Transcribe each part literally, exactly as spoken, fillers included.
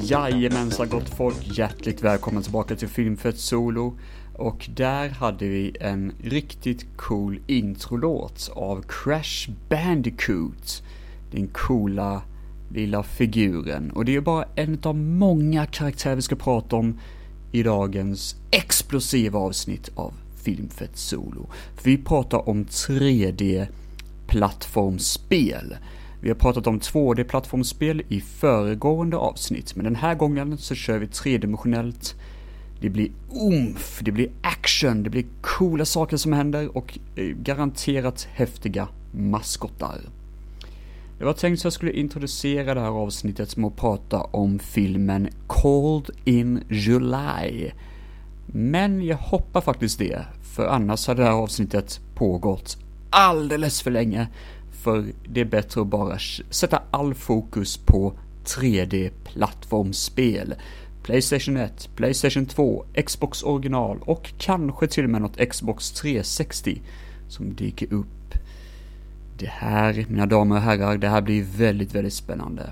Jajamensan gott folk, hjärtligt välkommen tillbaka till Filmfett Solo. Och där hade vi en riktigt cool introlåt av Crash Bandicoot. Den coola lilla figuren. Och det är bara en av många karaktärer vi ska prata om i dagens explosiva avsnitt av Filmfett Solo. För vi pratar om tre D-plattformsspel. Vi har pratat om två D-plattformsspel i föregående avsnitt, men den här gången så kör vi tredimensionellt. Det blir umf, det blir action, det blir coola saker som händer och garanterat häftiga maskottar. Det var tänkt att jag skulle introducera det här avsnittet med att prata om filmen Cold in July. Men jag hoppar faktiskt det, för annars hade det här avsnittet pågått alldeles för länge. För det är bättre att bara sätta all fokus på tre D-plattformsspel. PlayStation ett, PlayStation två, Xbox original och kanske till och med något Xbox trehundrasextio som dyker upp. Det här, mina damer och herrar, det här blir väldigt, väldigt spännande.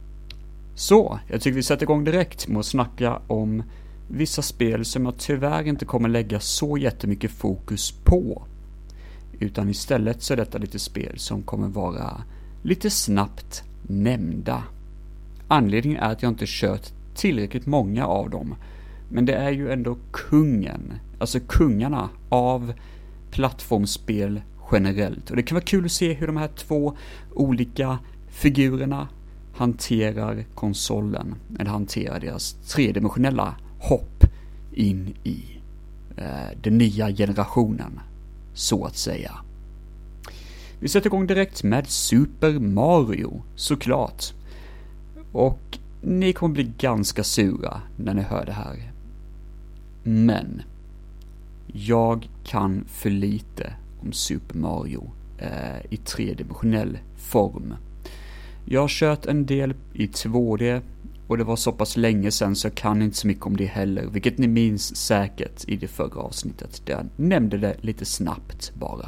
Så, jag tycker vi sätter igång direkt med att snacka om vissa spel som jag tyvärr inte kommer lägga så jättemycket fokus på. Utan istället så är detta lite spel som kommer vara lite snabbt nämnda. Anledningen är att jag inte kört tillräckligt många av dem. Men det är ju ändå kungen, alltså kungarna av plattformsspel generellt. Och det kan vara kul att se hur de här två olika figurerna hanterar konsolen. Eller hanterar deras tredimensionella hopp in i eh, den nya generationen. Så att säga. Vi sätter igång direkt med Super Mario, såklart. Och ni kommer bli ganska sura när ni hör det här. Men jag kan för lite om Super Mario eh, i tredimensionell form. Jag har kört en del i två D och det var så pass länge sedan så jag kan inte så mycket om det heller, vilket ni minns säkert i det förra avsnittet där jag nämnde det lite snabbt bara.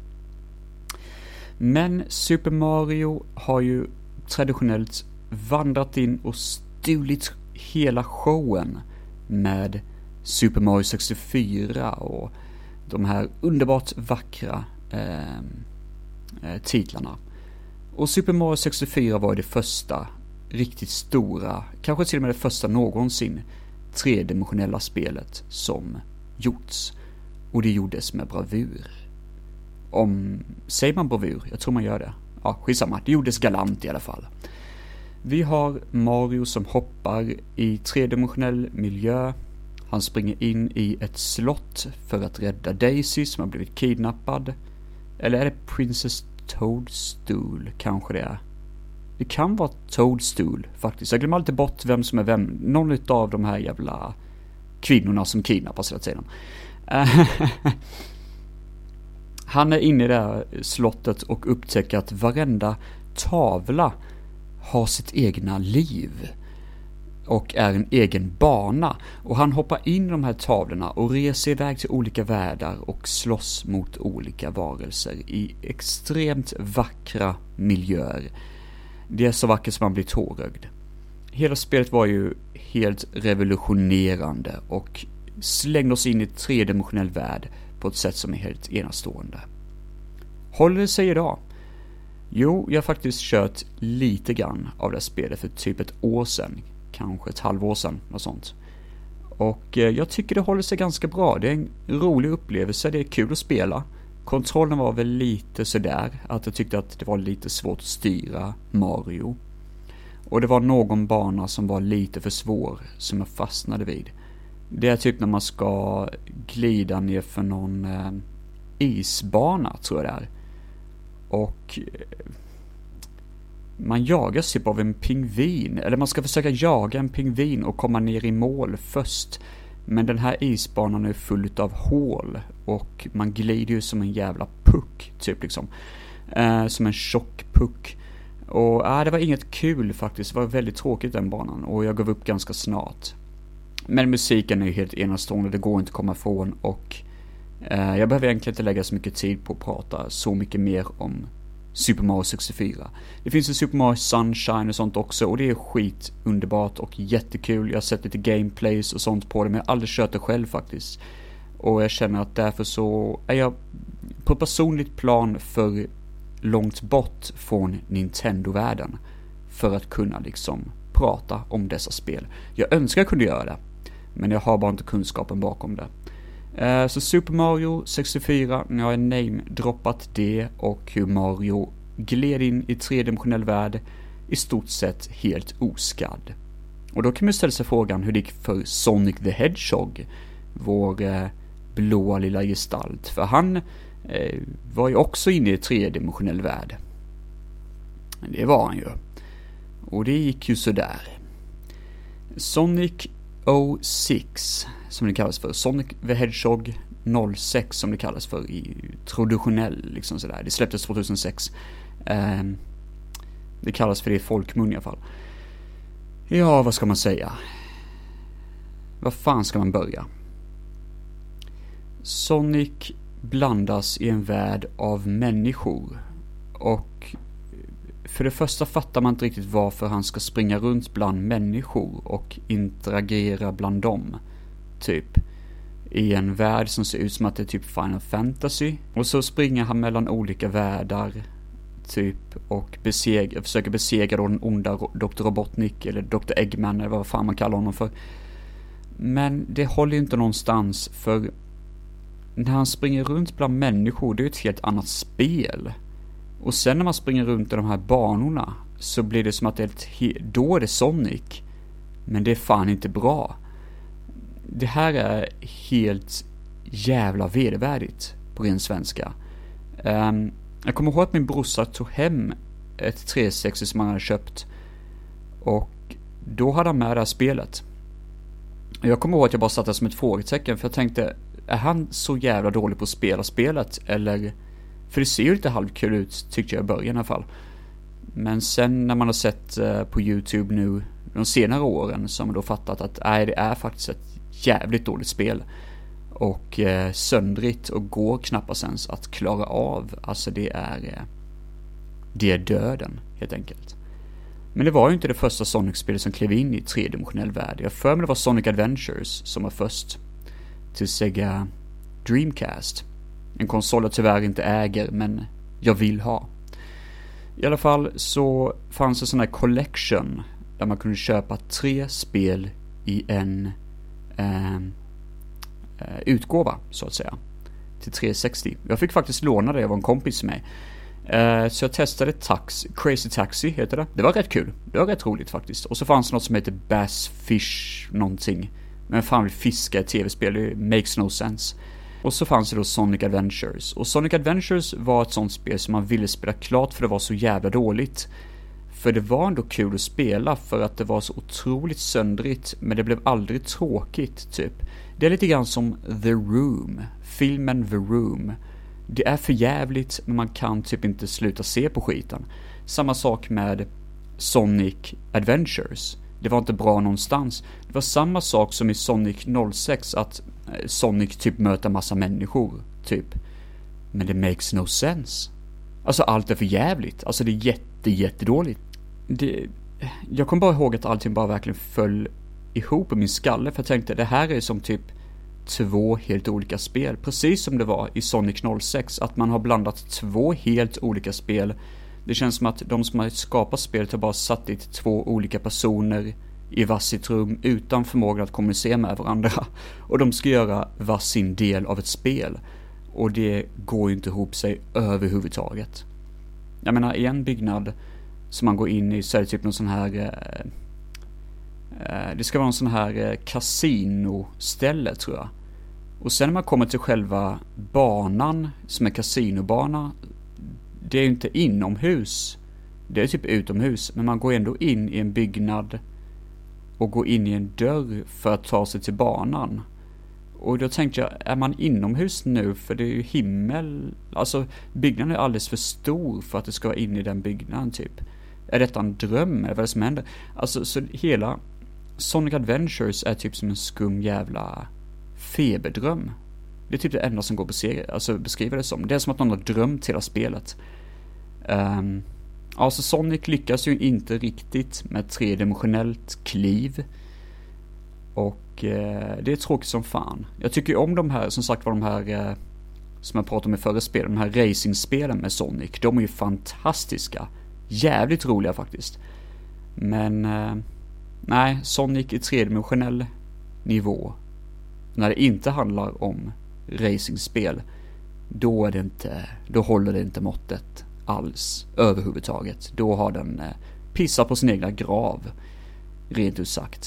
Men Super Mario har ju traditionellt vandrat in och stulit hela showen med Super Mario sextiofyra och de här underbart vackra eh, eh, titlarna. Och Super Mario sextiofyra var det första riktigt stora, kanske till och med det första någonsin tredimensionella spelet som gjorts. Och det gjordes med bravur. Om, säger man bravur? Jag tror man gör det. Ja, skitsamma. Det gjordes galant i alla fall. Vi har Mario som hoppar i tredimensionell miljö. Han springer in i ett slott för att rädda Daisy som har blivit kidnappad. Eller är det Princess Toadstool? Kanske det är. Det kan vara Toadstool faktiskt. Jag glömmer alltid bort vem som är vem. Någon av de här jävla kvinnorna som kidnappas hela tiden. Han är inne i det här slottet och upptäcker att varenda tavla har sitt egna liv. Och är en egen bana. Och han hoppar in i de här tavlorna och reser iväg till olika världar och slåss mot olika varelser i extremt vackra miljöer. Det är så vackert som man blir tårögd. Hela spelet var ju helt revolutionerande och slängde oss in i ett tredimensionell värld på ett sätt som är helt enastående. Håller det sig idag? Jo, jag har faktiskt kört lite grann av det spelet för typ ett år sedan. Kanske ett halvår sedan, något sånt. Och eh, jag tycker det håller sig ganska bra. Det är en rolig upplevelse, det är kul att spela. Kontrollen var väl lite sådär, att jag tyckte att det var lite svårt att styra Mario. Och det var någon bana som var lite för svår, som jag fastnade vid. Det är typ när man ska glida ner för någon eh, isbana, tror jag det är. Och eh, man jagas typ av en pingvin, eller man ska försöka jaga en pingvin och komma ner i mål först. Men den här isbanan är full av hål och man glider ju som en jävla puck typ liksom. Eh, som en tjock puck. Och äh, det var inget kul faktiskt, det var väldigt tråkigt den banan och jag gav upp ganska snart. Men musiken är ju helt enastående, det går inte att komma ifrån och eh, jag behöver egentligen inte lägga så mycket tid på att prata så mycket mer om Super Mario sextiofyra. Det finns en Super Mario Sunshine och sånt också, och det är skit underbart och jättekul. Jag har sett lite gameplays och sånt på det, men jag har aldrig kört det själv faktiskt. Och jag känner att därför så är jag på ett personligt plan för långt bort från Nintendo-världen för att kunna liksom prata om dessa spel. Jag önskar jag kunde göra det, men jag har bara inte kunskapen bakom det. Uh, så Super Mario sextiofyra, nu har jag name-droppat det och hur Mario gled in i tredimensionell värld i stort sett helt oskadd. Och då kan man ställa sig frågan hur det gick för Sonic the Hedgehog, vår uh, blåa lilla gestalt. För han uh, var ju också inne i tredimensionell värld. Det var han ju. Och det gick ju sådär. Sonic noll sex, som det kallas för. Sonic the Hedgehog noll sex, som det kallas för i traditionell liksom sådär. Det släpptes tjugohundrasex. Eh, det kallas för det i folkmun i alla fall. Ja, vad ska man säga? Vad fan ska man börja? Sonic blandas i en värld av människor. Och för det första fattar man inte riktigt varför han ska springa runt bland människor och interagera bland dem. Typ i en värld som ser ut som att det är typ Final Fantasy. Och så springer han mellan olika världar typ och besegra, försöker besegra då den onda doktor Robotnik eller doktor Eggman eller vad fan man kallar honom för. Men det håller inte någonstans, för när han springer runt bland människor, det är ett helt annat spel. Och sen när man springer runt i de här banorna så blir det som att det är ett, då är det Sonic. Men det är fan inte bra. Det här är helt jävla vedervärdigt på ren svenska. Um, jag kommer ihåg att min brorsa tog hem ett trehundrasextio som han hade köpt. Och då hade han med det här spelet. Jag kommer ihåg att jag bara satt där som ett frågetecken, för jag tänkte, är han så jävla dålig på att spela spelet? Eller... För det ser ju lite halvkul ut, tyckte jag i början i alla fall. Men sen när man har sett uh, på YouTube nu de senare åren, så har man då fattat att nej, det är faktiskt ett jävligt dåligt spel. Och uh, söndrigt och går knappast ens att klara av. Alltså det är uh, det är döden helt enkelt. Men det var ju inte det första Sonic-spelet som klev in i tredimensionell värld. Jag för mig det var Sonic Adventures som var först till Sega Dreamcast. En konsol jag tyvärr inte äger, men jag vill ha. I alla fall så fanns det sån här collection där man kunde köpa tre spel i en eh, utgåva så att säga till trehundrasextio. Jag fick faktiskt låna det, jag var en kompis med. Eh, så jag testade Tax, Crazy Taxi heter det. Det var rätt kul. Det var rätt roligt faktiskt. Och så fanns det något som heter Bass Fish någonting. Men fan vill fiska i tv-spel, det makes no sense. Och så fanns det då Sonic Adventures. Och Sonic Adventures var ett sånt spel som man ville spela klart för det var så jävla dåligt. För det var ändå kul att spela för att det var så otroligt söndrigt, men det blev aldrig tråkigt typ. Det är lite grann som The Room, filmen The Room. Det är för jävligt, men man kan typ inte sluta se på skiten. Samma sak med Sonic Adventures. Det var inte bra någonstans. Det var samma sak som i Sonic noll sex, att Sonic typ möter massa människor typ. Men det makes no sense. Alltså allt är för jävligt. Alltså det är jätte jättedåligt. Det, jag kommer bara ihåg att allting bara verkligen föll ihop i min skalle, för jag tänkte det här är som typ två helt olika spel, precis som det var i Sonic noll sex, att man har blandat två helt olika spel. Det känns som att de som har skapat spelet har bara satt dit två olika personer i varsitt rum utan förmåga att kommunicera med varandra, och de ska göra varsin del av ett spel, och det går ju inte ihop sig överhuvudtaget. Jag menar, i en byggnad som man går in i så är det typ någon sån här eh, eh, det ska vara någon sån här eh, kasinoställe tror jag. Och sen när man kommer till själva banan som är kasinobana, det är ju inte inomhus, det är typ utomhus, men man går ändå in i en byggnad och går in i en dörr för att ta sig till banan. Och då tänkte jag, är man inomhus nu? För det är ju himmel, alltså byggnaden är alldeles för stor för att det ska vara inne i den byggnaden typ. Är detta en dröm? Är det vad som händer? Alltså så hela Sonic Adventures är typ som en skum jävla feberdröm. Det är typ det enda som går att beskriva, alltså beskriva det som. Det är som att någon har drömt hela spelet. Um, alltså Sonic lyckas ju inte riktigt med tredimensionellt kliv. Och uh, det är tråkigt som fan. Jag tycker ju om de här, som sagt var de här uh, som jag pratade om i förra spelen, de här racingspelen med Sonic. De är ju fantastiska. Jävligt roliga faktiskt. Men uh, nej, Sonic i tredimensionell nivå, när det inte handlar om racingspel, då är det inte, då håller det inte måttet alls överhuvudtaget. Då har den eh, pissat på sin egna grav, rent ut sagt.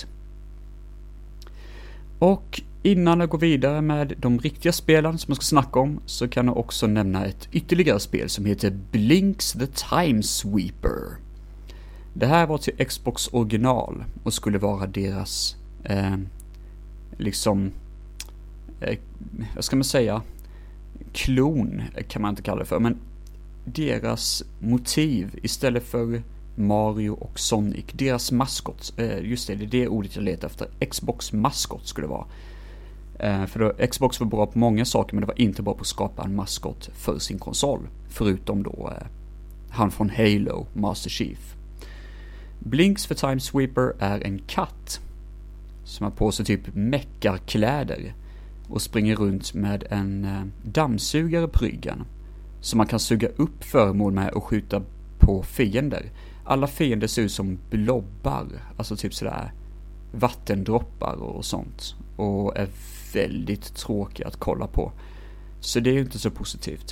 Och innan jag går vidare med de riktiga spelen som jag ska snacka om, så kan jag också nämna ett ytterligare spel som heter Blinx the Time Sweeper. Det här var till Xbox original och skulle vara deras eh, liksom eh, vad ska man säga, klon kan man inte kalla det för, men deras motiv istället för Mario och Sonic, deras maskot, eh, just det, det är det ordet jag letar efter. Xbox maskot skulle det vara. Eh, för då, Xbox var bra på många saker, men det var inte bra på att skapa en maskot för sin konsol, förutom då eh, han från Halo, Master Chief. Blinx the Time Sweeper är en katt som har på sig typ meckarkläder och springer runt med en eh, dammsugare på ryggen som man kan suga upp föremål med och skjuta på fiender. Alla fiender ser ut som blobbar, alltså typ sådär vattendroppar och sånt, och är väldigt tråkiga att kolla på. Så det är ju inte så positivt.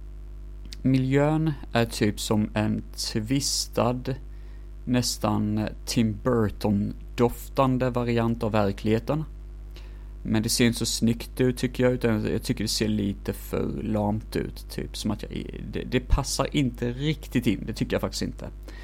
Miljön är typ som en tvistad, nästan Tim Burton-doftande variant av verkligheten. Men det ser inte så snyggt ut tycker jag, utan jag tycker det ser lite för lamt ut. Typ som att jag, det, det passar inte riktigt in, det tycker jag faktiskt inte.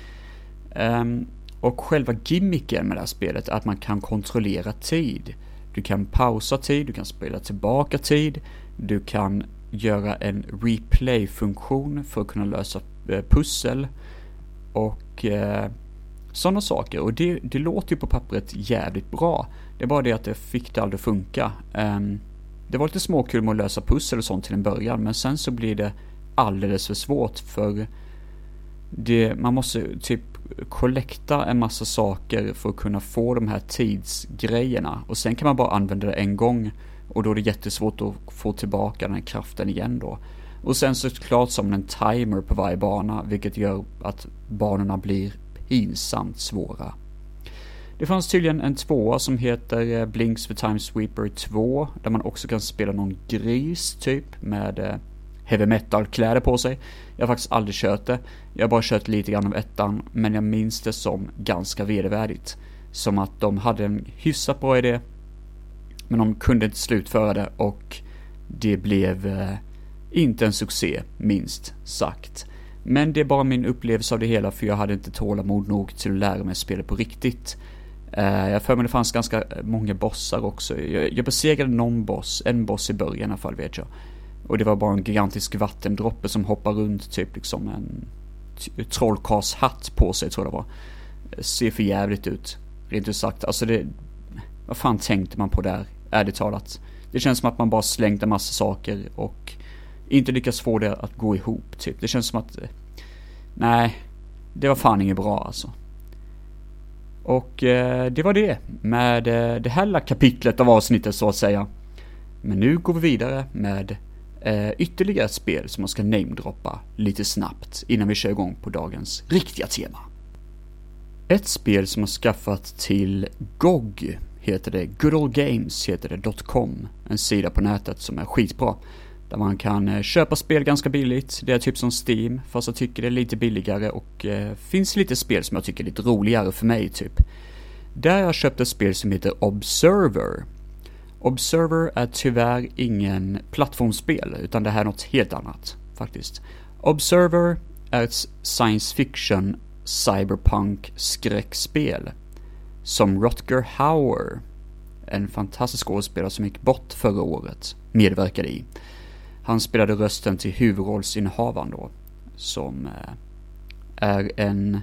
Um, och själva gimmicken med det här spelet är att man kan kontrollera tid. Du kan pausa tid, du kan spela tillbaka tid, du kan göra en replay-funktion för att kunna lösa uh, pussel och uh, sådana saker. Och det, det låter ju på pappret jävligt bra. Det är bara det att det fick det aldrig funka. Um, det var lite småkul med att lösa pussel och sånt till en början, men sen så blir det alldeles för svårt, för det, man måste typ kollekta en massa saker för att kunna få de här tidsgrejerna, och sen kan man bara använda det en gång, och då är det jättesvårt att få tillbaka den här kraften igen då. Och sen så klart som en timer på varje bana, vilket gör att banorna blir pinsamt svåra. Det fanns tydligen en tvåa som heter Blinx the Time Sweeper två, där man också kan spela någon gris typ med heavy metal kläder på sig. Jag har faktiskt aldrig kört det. Jag har bara kört lite grann av ettan, men jag minns det som ganska vedervärdigt. Som att de hade en hyfsat bra idé, men de kunde inte slutföra det, och det blev eh, inte en succé, minst sagt. Men det är bara min upplevelse av det hela, för jag hade inte tålamod nog till att lära mig spela på riktigt. Uh, jag för mig det fanns ganska många bossar också. Jag, jag besegrade någon boss, en boss i början i alla fall vet jag. Och det var bara en gigantisk vattendroppe som hoppar runt typ liksom en t- trollkarlshatt på sig, tror jag det var. Ser för jävligt ut, rent ut sagt. Alltså det, vad fan tänkte man på där, ärligt talat? Det känns som att man bara slängt en massa saker och inte lyckas få det att gå ihop typ. Det känns som att, nej, det var fan inget bra alltså. Och eh, det var det med eh, det här kapitlet av avsnittet så att säga. Men nu går vi vidare med eh, ytterligare ett spel som man ska namedroppa lite snabbt innan vi kör igång på dagens riktiga tema. Ett spel som har skaffat till G O G heter det, Good Old Games heter det, .com. En sida på nätet som är skitbra. Där man kan eh, köpa spel ganska billigt. Det är typ som Steam, fast jag tycker det är lite billigare, och eh, finns lite spel som jag tycker är lite roligare för mig typ. Där har jag köpt ett spel som heter Observer. Observer är tyvärr ingen plattformsspel, utan det här är något helt annat faktiskt. Observer är ett science fiction cyberpunk skräckspel som Rutger Hauer, en fantastisk skådespelare som gick bort förra året, medverkade i. Han spelade rösten till huvudrollsinnehavaren då, som är en,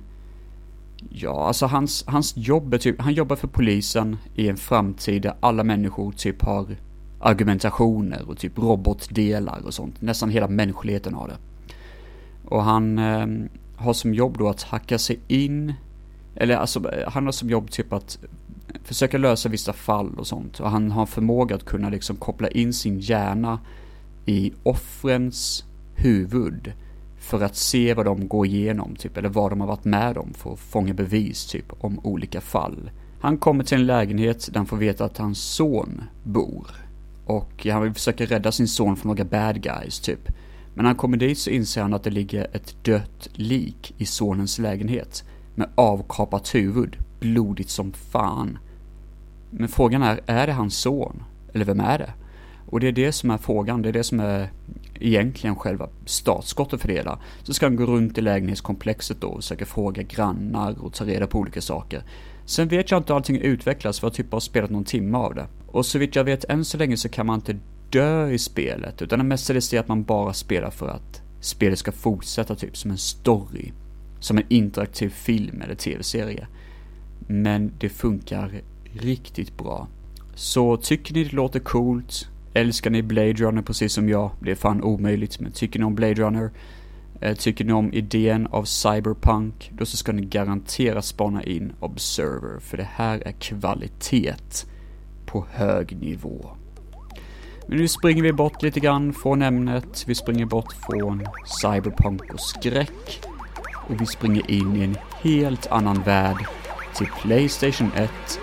ja alltså hans, hans jobb är typ, han jobbar för polisen i en framtid där alla människor typ har argumentationer och typ robotdelar och sånt. Nästan hela mänskligheten har det. Och han eh, har som jobb då att hacka sig in, eller alltså han har som jobb typ att försöka lösa vissa fall och sånt. Och han har förmåga att kunna liksom koppla in sin hjärna i offrens huvud för att se vad de går igenom typ, eller vad de har varit med om, för att fånga bevis typ om olika fall. Han kommer till en lägenhet där han får veta att hans son bor. Och han vill försöka rädda sin son från några bad guys typ. Men när han kommer dit så inser han att det ligger ett dött lik i sonens lägenhet. Med avkapat huvud, blodigt som fan. Men frågan är, är det hans son? Eller vem är det? Och det är det som är frågan, det är det som är egentligen själva startskottet för det hela. Så ska han gå runt i lägenhetskomplexet då och försöka fråga grannar och ta reda på olika saker. Sen vet jag inte hur allting utvecklas, för jag typ har spelat någon timme av det. Och så vitt jag vet än så länge så kan man inte dö i spelet, utan det mesta är att man bara spelar för att spelet ska fortsätta typ som en story. Som en interaktiv film eller tv-serie. Men det funkar riktigt bra. Så tycker ni det låter coolt, älskar ni Blade Runner precis som jag, det är fan omöjligt, men tycker ni om Blade Runner, eh, tycker ni om idén av cyberpunk, då så ska ni garanterat spana in Observer, för det här är kvalitet på hög nivå. Men nu springer vi bort lite grann från ämnet, vi springer bort från cyberpunk och skräck, och vi springer in i en helt annan värld till PlayStation ett.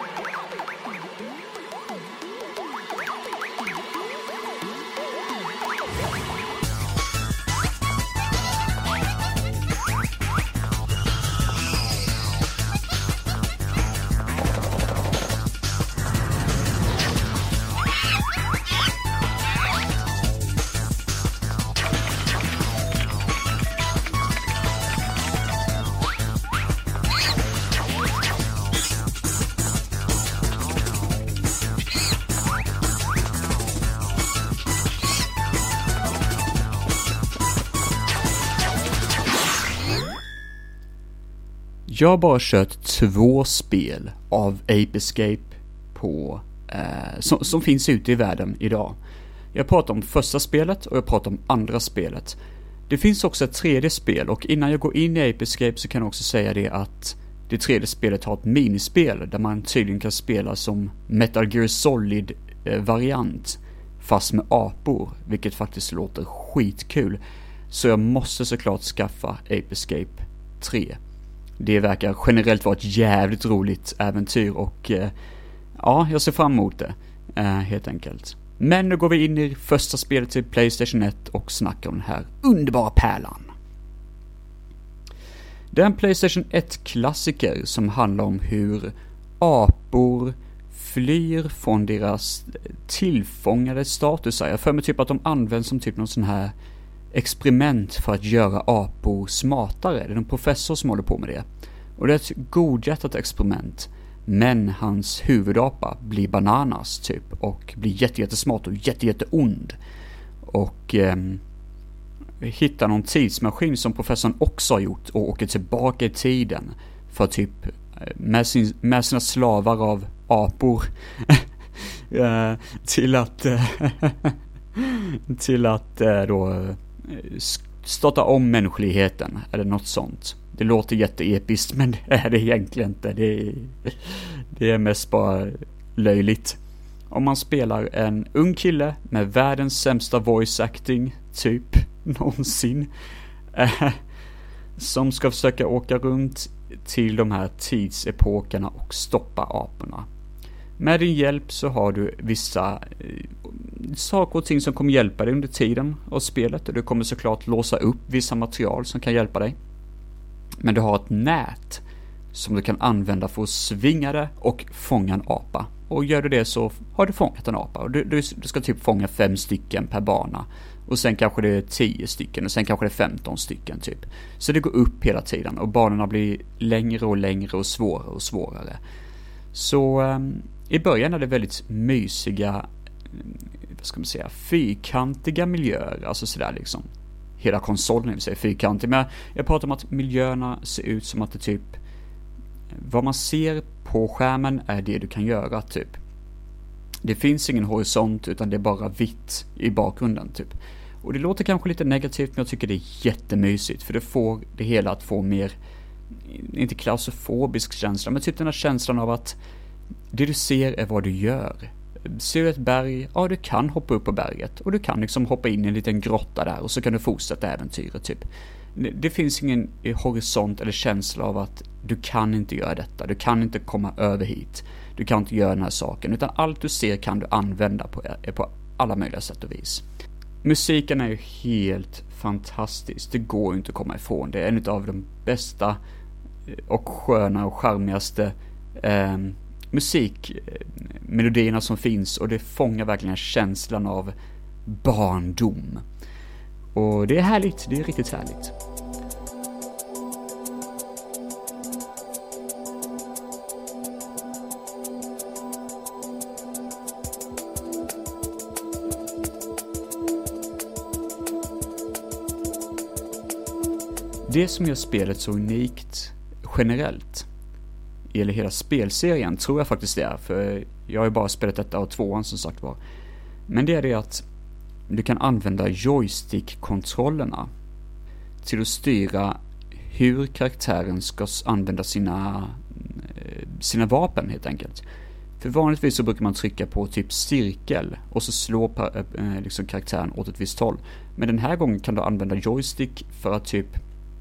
Jag har bara kört två spel av Ape Escape på, eh, som, som finns ute i världen idag. Jag pratar om första spelet och jag pratar om andra spelet. Det finns också ett tredje spel, och innan jag går in i Ape Escape så kan jag också säga det att det tredje spelet har ett minispel där man tydligen kan spela som Metal Gear Solid eh, variant fast med apor, vilket faktiskt låter skitkul. Så jag måste såklart skaffa Ape Escape tre. Det verkar generellt vara ett jävligt roligt äventyr och eh, ja, jag ser fram emot det eh, helt enkelt. Men nu går vi in i första spelet till PlayStation ett och snackar om den här underbara pärlan. Det är en PlayStation ett-klassiker som handlar om hur apor flyr från deras tillfångade statusar. Jag för mig typ att de används som typ någon sån här experiment för att göra apor smartare. Det är en professor som håller på med det. Och det är ett godhjärtat experiment. Men hans huvudapa blir bananas typ. Och blir jätte, jättesmart och jätte, jätteond. Och eh, hittar någon tidsmaskin som professorn också har gjort. Och åker tillbaka i tiden. För typ med, sin, med sina slavar av apor. till att... till att då... starta om mänskligheten eller något sånt. Det låter jätteepiskt, men det är det egentligen inte. Det är, det är mest bara löjligt. Om man spelar en ung kille med världens sämsta voice acting typ någonsin eh, som ska försöka åka runt till de här tidsepokerna och stoppa aporna. Med din hjälp så har du vissa eh, saker och ting som kommer hjälpa dig under tiden av spelet. Och du kommer såklart låsa upp vissa material som kan hjälpa dig. Men du har ett nät som du kan använda för att svinga det och fånga en apa. Och gör du det så har du fångat en apa. Och du, du, du ska typ fånga fem stycken per bana. Och sen kanske det är tio stycken och sen kanske det är femton stycken typ. Så det går upp hela tiden och banorna blir längre och längre och svårare och svårare. Så um, i början är det väldigt mysiga, vad ska man säga, fyrkantiga miljöer, alltså sådär liksom. Hela konsolen vill säga fyrkantig, men jag pratar om att miljöerna ser ut som att det typ, vad man ser på skärmen är det du kan göra typ. Det finns ingen horisont utan det är bara vitt i bakgrunden typ. Och det låter kanske lite negativt, men jag tycker det är jättemysigt, för det får det hela att få mer, inte klaustrofobisk känsla, men typ den här känslan av att det du ser är vad du gör. Ser du ett berg, ja du kan hoppa upp på berget och du kan liksom hoppa in i en liten grotta där och så kan du fortsätta äventyret typ. Det finns ingen horisont eller känsla av att du kan inte göra detta, du kan inte komma över hit, du kan inte göra den här saken, utan allt du ser kan du använda på, på alla möjliga sätt och vis. Musiken är ju helt fantastisk, det går ju inte att komma ifrån. Det är en av de bästa och sköna och charmigaste eh, musikmelodierna som finns, och det fångar verkligen känslan av barndom. Och det är härligt, det är riktigt härligt. Det som gör spelet så unikt generellt, eller hela spelserien, tror jag faktiskt det är, för jag har ju bara spelat detta av tvåan som sagt var. Men det är det att du kan använda joystick-kontrollerna till att styra hur karaktären ska använda sina, sina vapen helt enkelt. För vanligtvis så brukar man trycka på typ cirkel och så slår liksom karaktären åt ett visst håll. Men den här gången kan du använda joystick för att typ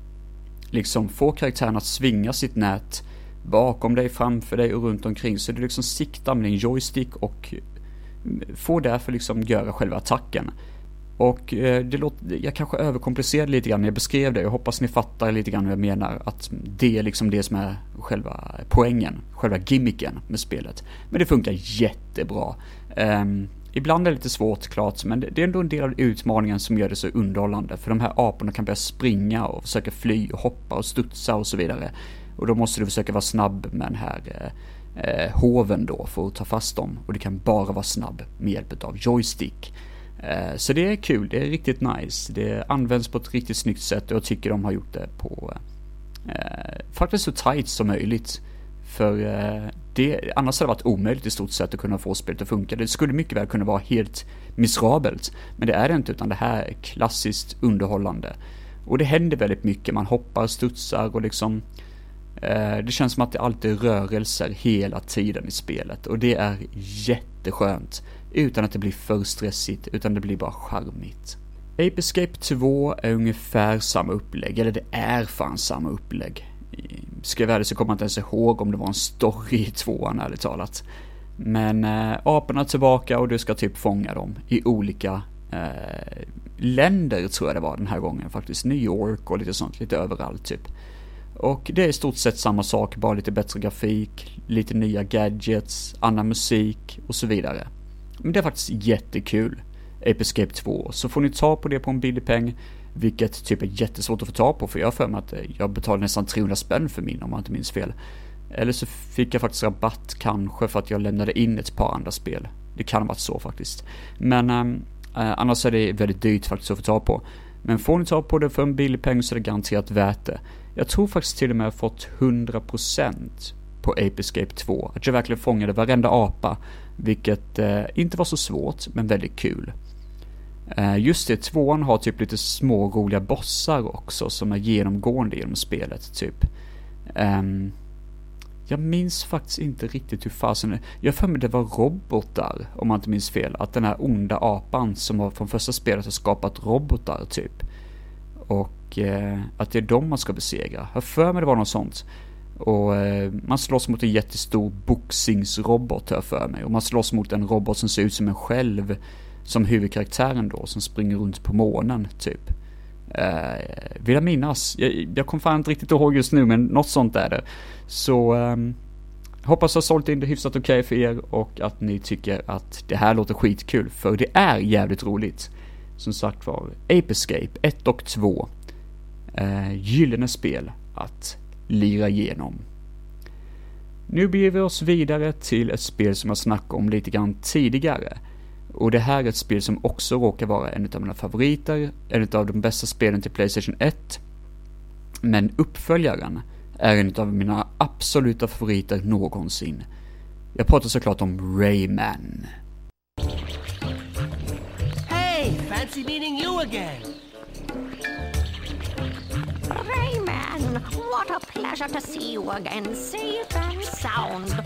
liksom få karaktären att svinga sitt nät bakom dig, framför dig och runt omkring. Så du liksom siktar med din joystick och får därför liksom göra själva attacken. Och eh, det låter, jag kanske överkomplicerade lite grann när jag beskrev det. Jag hoppas ni fattar lite grann vad jag menar. Att det är liksom det som är själva poängen, själva gimmicken med spelet. Men det funkar jättebra. Um, ibland är det lite svårt klart, men det är ändå en del av utmaningen som gör det så underhållande. För de här aporna kan börja springa och försöka fly och hoppa och studsa och så vidare. Och då måste du försöka vara snabb med den här eh, hoven då för att ta fast dem. Och det kan bara vara snabb med hjälp av joystick. Eh, så det är kul, det är riktigt nice. Det används på ett riktigt snyggt sätt och jag tycker de har gjort det på eh, faktiskt så tight som möjligt. För eh, det, annars hade det varit omöjligt i stort sett att kunna få spelet att funka. Det skulle mycket väl kunna vara helt miserabelt. Men det är det inte, utan det här är klassiskt underhållande. Och det händer väldigt mycket. Man hoppar, studsar och liksom eh, det känns som att det alltid är rörelser hela tiden i spelet. Och det är jätteskönt. Utan att det blir för stressigt, utan det blir bara charmigt. Ape Escape två är ungefär samma upplägg. Eller det är fan samma upplägg. Ska jag vara ärlig så kommer jag inte ens ihåg om det var en story i tvåan, ärligt talat. Men äh, aporna är tillbaka och du ska typ fånga dem i olika äh, länder, tror jag det var den här gången faktiskt. New York och lite sånt, lite överallt typ. Och det är i stort sett samma sak, bara lite bättre grafik, lite nya gadgets, annan musik och så vidare. Men det är faktiskt jättekul. Ape Escape två, så får ni ta på det på en billig peng. Vilket typ är jättesvårt att få tag på, för jag har för mig att jag betalade nästan trehundra spänn för min, om man inte minns fel. Eller så fick jag faktiskt rabatt kanske för att jag lämnade in ett par andra spel. Det kan ha varit så faktiskt. Men äh, annars är det väldigt dyrt faktiskt att få tag på. Men får ni ta på det för en billig peng så är det garanterat värt det. Jag tror faktiskt till och med jag har fått hundra procent på Ape Escape två. Att jag verkligen fångade varenda apa. Vilket äh, inte var så svårt, men väldigt kul. Just det, tvåan har typ lite små roliga bossar också som är genomgående genom spelet typ. Um, jag minns faktiskt inte riktigt hur fasen är. Jag för mig det var robotar, om man inte minns fel. Att den här onda apan som var från första spelet har skapat robotar typ. Och uh, att det är dem man ska besegra. Jag för mig det var något sånt. Och uh, man slåss mot en jättestor boxningsrobot, jag för mig. Och man slåss mot en robot som ser ut som en själv. Som huvudkaraktären då, som springer runt på månen typ. Eh, vill jag minnas. Jag, jag kommer fan inte riktigt ihåg just nu, men något sånt är det. Så eh, hoppas jag har sålt in det hyfsat okej okay för er och att ni tycker att det här låter skitkul, för det är jävligt roligt. Som sagt var, Ape Escape ett och två. Eh, gyllene spel att lira igenom. Nu beger vi oss vidare till ett spel som jag snackade om lite grann tidigare. Och det här är ett spel som också råkar vara en av mina favoriter, en av de bästa spelen till PlayStation ett. Men uppföljaren är en av mina absoluta favoriter någonsin. Jag pratar såklart om Rayman. Hey, fancy fancy meeting you again. Rayman, what a pleasure to see you again, safe and sound.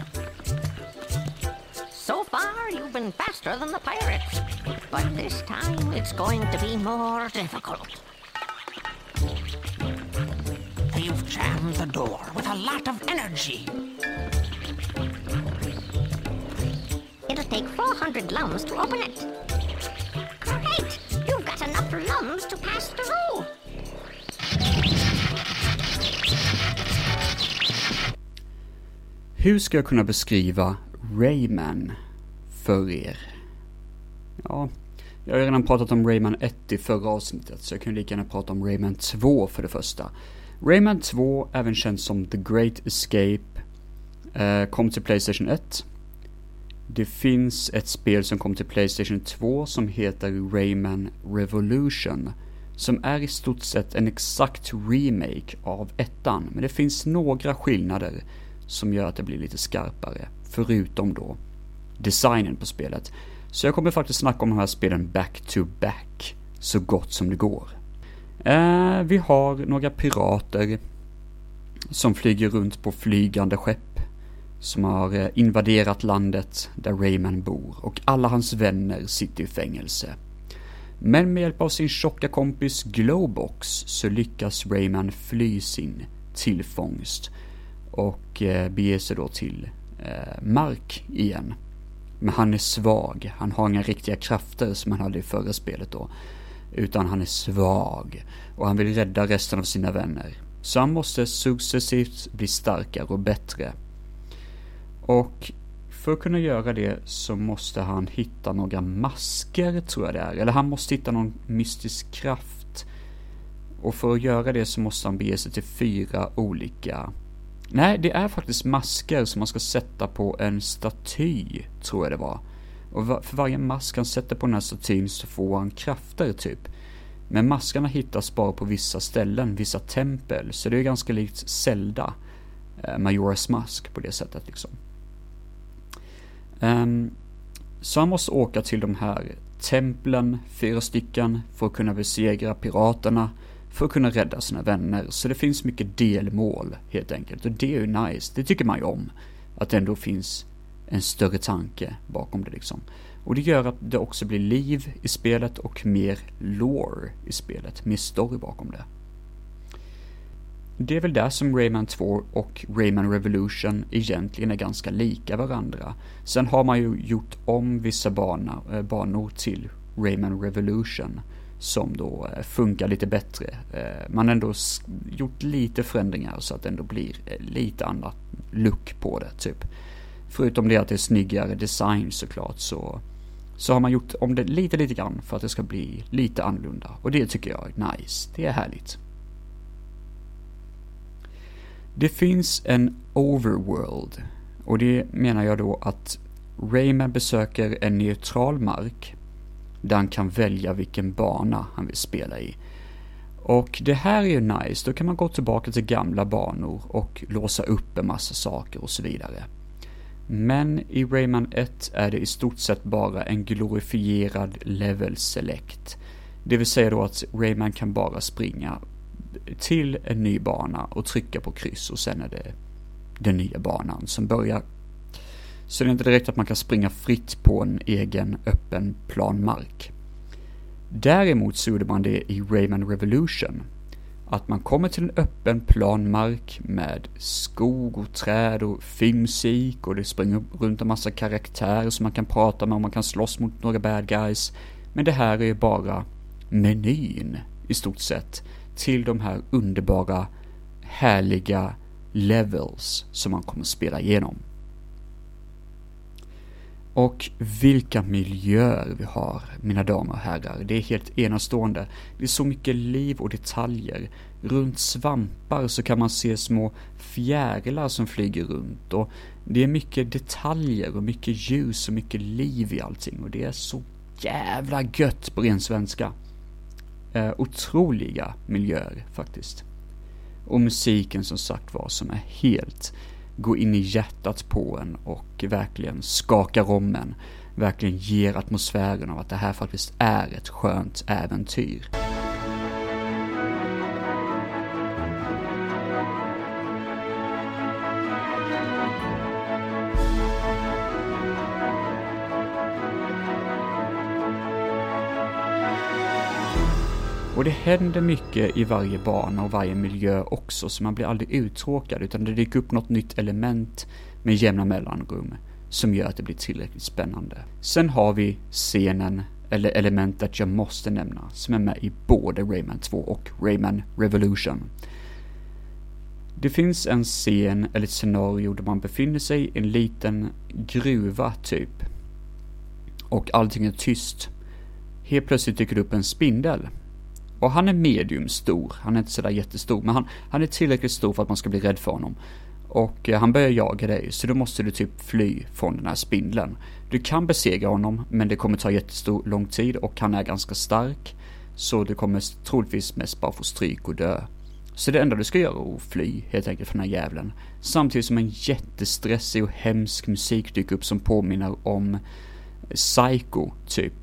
So far, you've been faster than the pirates, but this time it's going to be more difficult. You've jammed the door with a lot of energy. It'll take four hundred lums to open it. Great! You've got enough lums to pass through. Hur ska jag kunna beskriva Rayman för er? Ja, jag har redan pratat om Rayman ett i förra avsnittet, så jag kan lika gärna prata om Rayman två för det första. Rayman två, även känd som The Great Escape, eh, kom till PlayStation ett. Det finns ett spel som kom till PlayStation två som heter Rayman Revolution, som är i stort sett en exakt remake av ettan, men det finns några skillnader som gör att det blir lite skarpare, förutom då designen på spelet. Så jag kommer faktiskt snacka om de här spelen back to back så gott som det går. Eh, vi har några pirater som flyger runt på flygande skepp som har eh, invaderat landet där Rayman bor, och alla hans vänner sitter i fängelse. Men med hjälp av sin tjocka kompis Glowbox så lyckas Rayman fly sin tillfångst och eh, beger sig då till eh, mark igen. Men han är svag, han har inga riktiga krafter som han hade i förra spelet då, utan han är svag och han vill rädda resten av sina vänner. Så han måste successivt bli starkare och bättre. Och för att kunna göra det så måste han hitta några masker, tror jag det är. Eller han måste hitta någon mystisk kraft. Och för att göra det så måste han bege sig till fyra olika... Nej, det är faktiskt masker som man ska sätta på en staty, tror jag det var. Och för varje mask han sätter på den här statyn så får han krafter typ. Men maskarna hittas bara på vissa ställen, vissa tempel. Så det är ganska likt Zelda, eh, Majora's Mask på det sättet liksom. Um, så han måste åka till de här templen, fyra stycken, för att kunna besegra piraterna, för att kunna rädda sina vänner. Så det finns mycket delmål helt enkelt, och det är ju nice, det tycker man ju om, att det ändå finns en större tanke bakom det liksom. Och det gör att det också blir liv i spelet och mer lore i spelet, mer story bakom det. Det är väl där som Rayman två och Rayman Revolution egentligen är ganska lika varandra. Sen har man ju gjort om vissa bana, äh, banor till Rayman Revolution som då äh, funkar lite bättre. Äh, man har ändå gjort lite förändringar så att det ändå blir äh, lite annat look på det typ. Förutom det att det är snyggare design såklart, så, så har man gjort om det lite lite grann för att det ska bli lite annorlunda. Och det tycker jag är nice, det är härligt. Det finns en overworld, och det menar jag då att Rayman besöker en neutral mark där han kan välja vilken bana han vill spela i. Och det här är ju nice, då kan man gå tillbaka till gamla banor och låsa upp en massa saker och så vidare. Men i Rayman ett är det i stort sett bara en glorifierad level select. Det vill säga då att Rayman kan bara springa till en ny bana och trycka på kryss, och sen är det den nya banan som börjar. Så det är inte direkt att man kan springa fritt på en egen öppen planmark. Däremot så gjorde man det i Rayman Revolution, att man kommer till en öppen planmark med skog och träd och filmmusik, och det springer runt en massa karaktärer som man kan prata med och man kan slåss mot några bad guys. Men det här är ju bara menyn i stort sett till de här underbara, härliga levels som man kommer spela igenom. Och vilka miljöer vi har, mina damer och herrar. Det är helt enastående. Det är så mycket liv och detaljer. Runt svampar så kan man se små fjärilar som flyger runt. Och det är mycket detaljer och mycket ljus och mycket liv i allting. Och det är så jävla gött på ren svenska. Eh, otroliga miljöer faktiskt. Och musiken som sagt var som är helt går in i hjärtat på en och verkligen skakar om en. Verkligen ger atmosfären av att det här faktiskt är ett skönt äventyr. Och det händer mycket i varje bana och varje miljö också, så man blir aldrig uttråkad, utan det dyker upp något nytt element med jämna mellanrum som gör att det blir tillräckligt spännande. Sen har vi scenen, eller elementet jag måste nämna, som är med i både Rayman två och Rayman Revolution. Det finns en scen eller ett scenario där man befinner sig i en liten gruva typ, och allting är tyst. Helt plötsligt dyker det upp en spindel. Och han är medium stor, han är inte sådär jättestor, men han, han är tillräckligt stor för att man ska bli rädd för honom. Och eh, han börjar jaga dig, så då måste du typ fly från den här spindeln. Du kan besegra honom, men det kommer ta jättestor lång tid och han är ganska stark. Så du kommer troligtvis mest bara få stryk och dö. Så det enda du ska göra är att fly helt enkelt från den här jävlen. Samtidigt som en jättestressig och hemsk musik dyker upp som påminner om Psycho typ.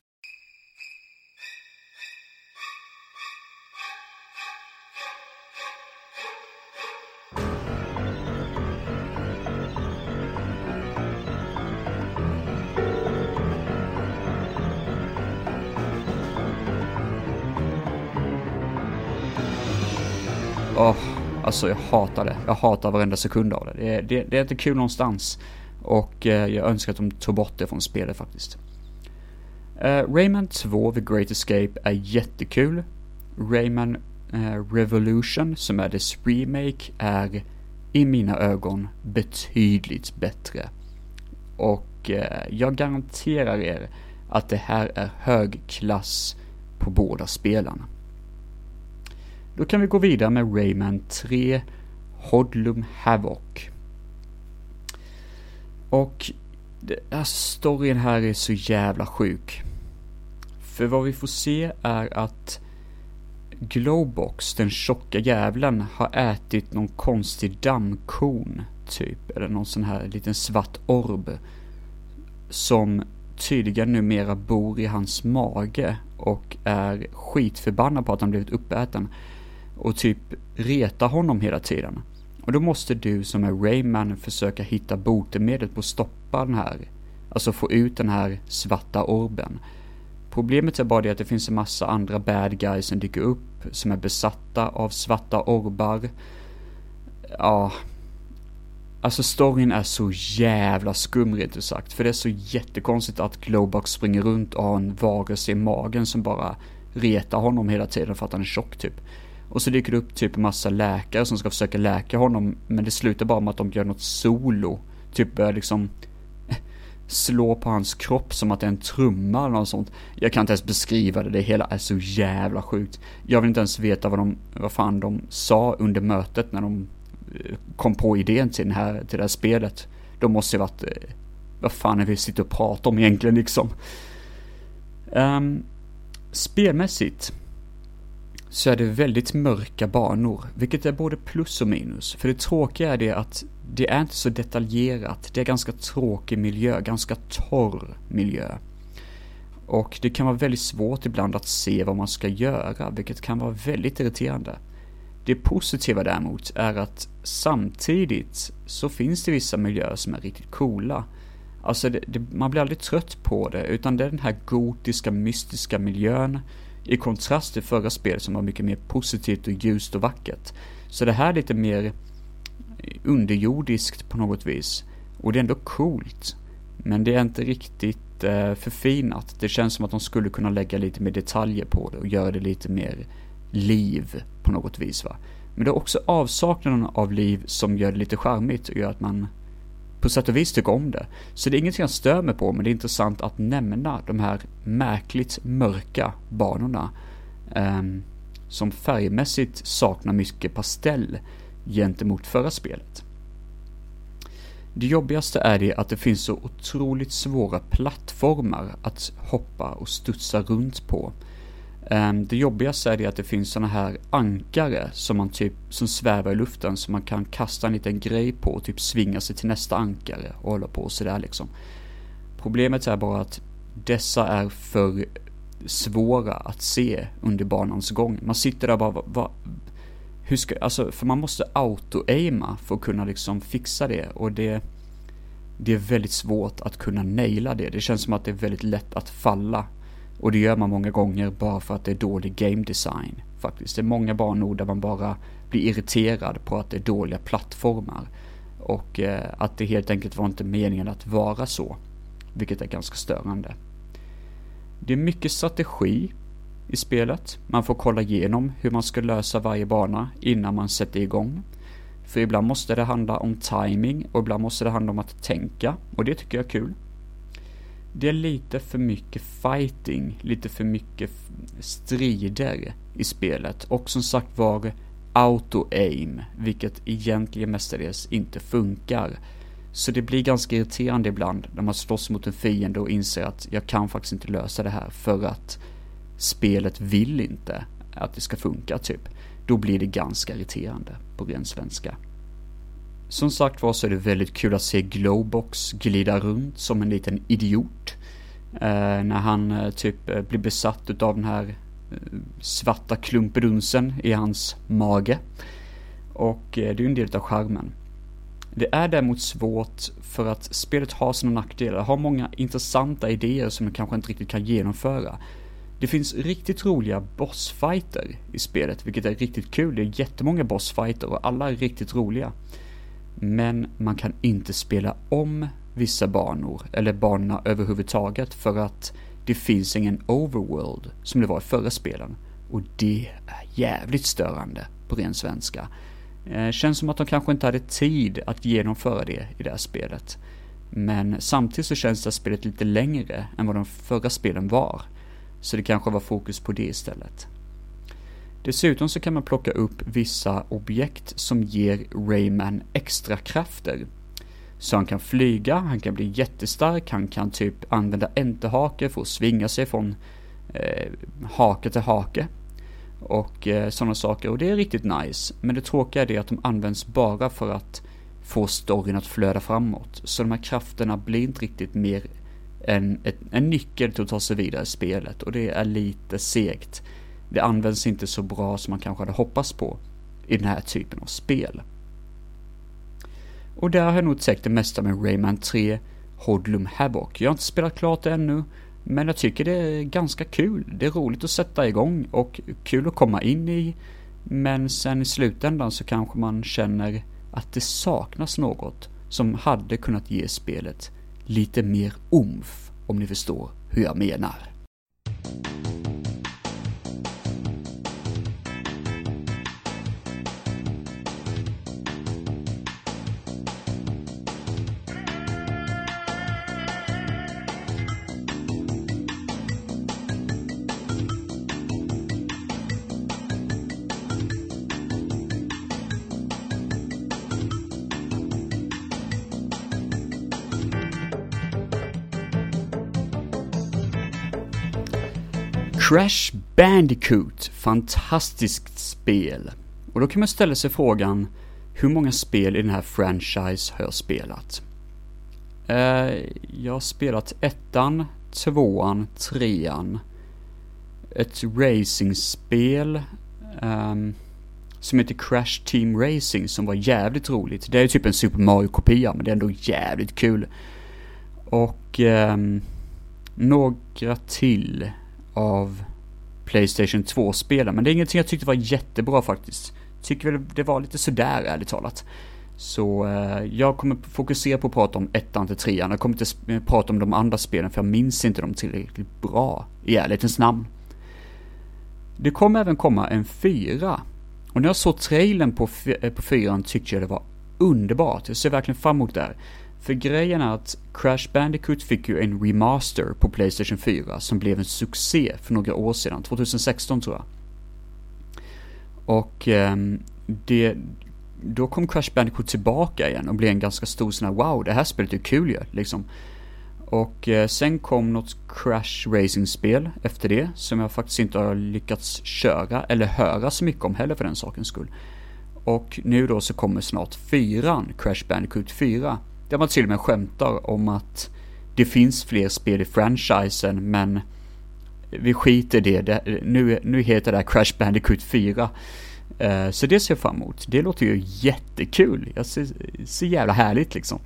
Åh, oh, alltså jag hatar det. Jag hatar varenda sekund av det. Det är, det, det är inte kul någonstans. Och eh, jag önskar att de tog bort det från spelet faktiskt. Uh, Rayman två The Great Escape är jättekul. Rayman uh, Revolution, som är dess remake, är i mina ögon betydligt bättre. Och uh, jag garanterar er att det här är hög klass på båda spelarna. Då kan vi gå vidare med Rayman tre Hoodlum Havoc. Och det, alltså storyn här är så jävla sjuk. För vad vi får se är att Glowbox, den tjocka jävlen, har ätit någon konstig dammkorn typ. Eller någon sån här liten svart orb. Som tydligen numera bor i hans mage och är skitförbannad på att han blivit uppäten. Och typ reta honom hela tiden. Och då måste du som är Rayman försöka hitta botemedel på att stoppa den här. Alltså få ut den här svarta orben. Problemet är bara det att det finns en massa andra bad guys som dyker upp. Som är besatta av svarta orbar. Ja. Alltså storyn är så jävla skum rent ut sagt. För det är så jättekonstigt att Glowbox springer runt och har en varelse i magen som bara retar honom hela tiden för att han är tjock typ. Och så dyker det upp typ en massa läkare som ska försöka läka honom. Men det slutar bara med att de gör något solo. Typ börjar liksom slå på hans kropp som att det är en trumma eller något sånt. Jag kan inte ens beskriva det. Det hela är så jävla sjukt. Jag vill inte ens veta vad, de, vad fan de sa under mötet när de kom på idén till, den här, till det här spelet. De måste ju varit... Vad fan är vi sitter och pratar om egentligen liksom? Um, spelmässigt så är det väldigt mörka banor, vilket är både plus och minus. För det tråkiga är det att det är inte så detaljerat. Det är ganska tråkig miljö, ganska torr miljö. Och det kan vara väldigt svårt ibland att se vad man ska göra, vilket kan vara väldigt irriterande. Det positiva däremot är att samtidigt så finns det vissa miljöer som är riktigt coola. Alltså det, det, man blir aldrig trött på det, utan det är den här gotiska, mystiska miljön i kontrast till förra spelet som var mycket mer positivt och ljust och vackert. Så det här är lite mer underjordiskt på något vis. Och det är ändå coolt. Men det är inte riktigt eh, förfinat. Det känns som att de skulle kunna lägga lite mer detaljer på det och göra det lite mer liv på något vis va. Men det är också avsaknaden av liv som gör det lite charmigt och gör att man på sätt och vis tycker om det. Så det är ingenting jag stör mig på, men det är intressant att nämna de här märkligt mörka banorna eh, som färgmässigt saknar mycket pastell gentemot förra spelet. Det jobbigaste är det att det finns så otroligt svåra plattformar att hoppa och studsa runt på. Um, det jobbigaste är det att det finns såna här ankare som man typ som svävar i luften, som man kan kasta en liten grej på och typ svinga sig till nästa ankare och hålla på sådär liksom. Problemet är bara att dessa är för svåra att se under banans gång. Man sitter där och bara, va, va, hur ska, alltså, för man måste auto-aima för att kunna liksom fixa det, och det, det är väldigt svårt att kunna naila det. Det känns som att det är väldigt lätt att falla, och det gör man många gånger bara för att det är dålig game design faktiskt. Det är många banor där man bara blir irriterad på att det är dåliga plattformar, och eh, att det helt enkelt var inte meningen att vara så, vilket är ganska störande. Det är mycket strategi i spelet. Man får kolla igenom hur man ska lösa varje bana innan man sätter igång. För ibland måste det handla om timing och ibland måste det handla om att tänka, och det tycker jag är kul. Det är lite för mycket fighting, lite för mycket strider i spelet, och som sagt var auto-aim, vilket egentligen mestadels inte funkar. Så det blir ganska irriterande ibland när man slåss mot en fiende och inser att jag kan faktiskt inte lösa det här för att spelet vill inte att det ska funka typ. Då blir det ganska irriterande på ren svenska. Som sagt var så är det väldigt kul att se Glowbox glida runt som en liten idiot. Eh, när han eh, typ eh, blir besatt utav den här eh, svarta klumpedunsen i hans mage. Och eh, det är en del av charmen. Det är däremot svårt för att spelet har sina nackdelar. Det har många intressanta idéer som man kanske inte riktigt kan genomföra. Det finns riktigt roliga bossfighter i spelet, vilket är riktigt kul. Det är jättemånga bossfighter och alla är riktigt roliga. Men man kan inte spela om vissa banor eller banorna överhuvudtaget, för att det finns ingen overworld som det var i förra spelen. Och det är jävligt störande på ren svenska. Eh, känns som att de kanske inte hade tid att genomföra det i det här spelet. Men samtidigt så känns det här spelet lite längre än vad de förra spelen var. Så det kanske var fokus på det istället. Dessutom så kan man plocka upp vissa objekt som ger Rayman extra krafter. Så han kan flyga, han kan bli jättestark, han kan typ använda enterhake för att svinga sig från eh, hake till hake. Och eh, sådana saker, och det är riktigt nice. Men det tråkiga är det att de används bara för att få storyn att flöda framåt. Så de här krafterna blir inte riktigt mer än ett, en nyckel till att ta sig vidare i spelet, och det är lite segt. Det används inte så bra som man kanske hade hoppats på i den här typen av spel. Och där har jag nog täckt det mesta med Rayman tre Hoodlum Havoc. Jag har inte spelat klart det ännu, men jag tycker det är ganska kul. Det är roligt att sätta igång och kul att komma in i. Men sen i slutändan så kanske man känner att det saknas något som hade kunnat ge spelet lite mer omf, om ni förstår hur jag menar. Crash Bandicoot, fantastiskt spel. Och då kan man ställa sig frågan, hur många spel i den här franchise har jag spelat? Eh, jag har spelat ettan, tvåan, trean, ett racingspel um, som heter Crash Team Racing, som var jävligt roligt. Det är typ en Super Mario-kopia, men det är ändå jävligt kul. Och um, några till av PlayStation två-spelen, men det är ingenting jag tyckte var jättebra faktiskt. Tycker väl det var lite sådär, ärligt talat. Så eh, jag kommer fokusera på att prata om ettan till trean. Jag kommer inte prata om de andra spelen, för jag minns inte dem tillräckligt bra, i ärlighetens namn. Det kommer även komma en fyra. Och när jag såg trailern på, f- på fyran tyckte jag det var underbart. Jag ser verkligen fram emot det här. För grejen är att Crash Bandicoot fick ju en remaster på PlayStation fyra som blev en succé för några år sedan, tjugohundrasexton tror jag. Och eh, det, då kom Crash Bandicoot tillbaka igen och blev en ganska stor sån här, wow, det här spelet är kul ju, liksom. Och eh, sen kom något Crash Racing-spel efter det som jag faktiskt inte har lyckats köra eller höra så mycket om heller för den sakens skull. Och nu då så kommer snart fyran, Crash Bandicoot fyra. Där man till och med skämtar om att det finns fler spel i franchisen, men vi skiter det. det nu, nu heter det Crash Bandicoot fyra. Uh, så det ser jag fram emot. Det låter ju jättekul. Jag ser, ser jävla härligt liksom.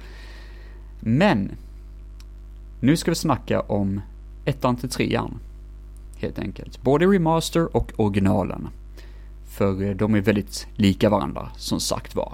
Men nu ska vi snacka om ettan till trean. Helt enkelt. Både remaster och originalen. För de är väldigt lika varandra, som sagt var.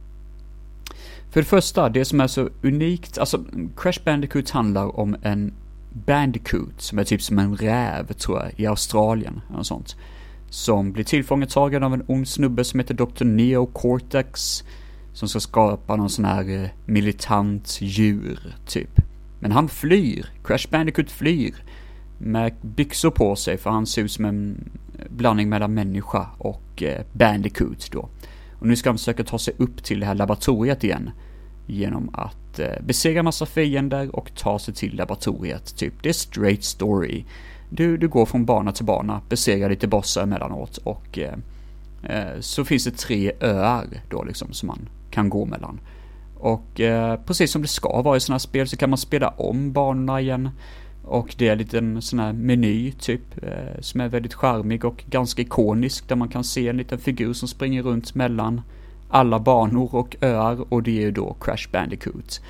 För det första, det som är så unikt, alltså Crash Bandicoot handlar om en Bandicoot som är typ som en räv, tror jag, i Australien eller sånt. Som blir tillfångatagen av en ond snubbe som heter doktor Neo Cortex, som ska skapa någon sån här militant djur, typ. Men han flyr, Crash Bandicoot flyr med byxor på sig, för han ser ut som en blandning mellan människa och eh, Bandicoot då. Och nu ska han försöka ta sig upp till det här laboratoriet igen genom att eh, besegra massa fiender och ta sig till laboratoriet. Typ, det är straight story. Du, du går från bana till bana, besegrar lite bossar emellanåt och eh, eh, så finns det tre öar då liksom som man kan gå mellan. Och eh, precis som det ska vara i sådana här spel så kan man spela om banorna igen. Och det är en liten sån här meny typ eh, som är väldigt charmig och ganska ikonisk, där man kan se en liten figur som springer runt mellan alla banor och öar, och det är ju då Crash Bandicoot.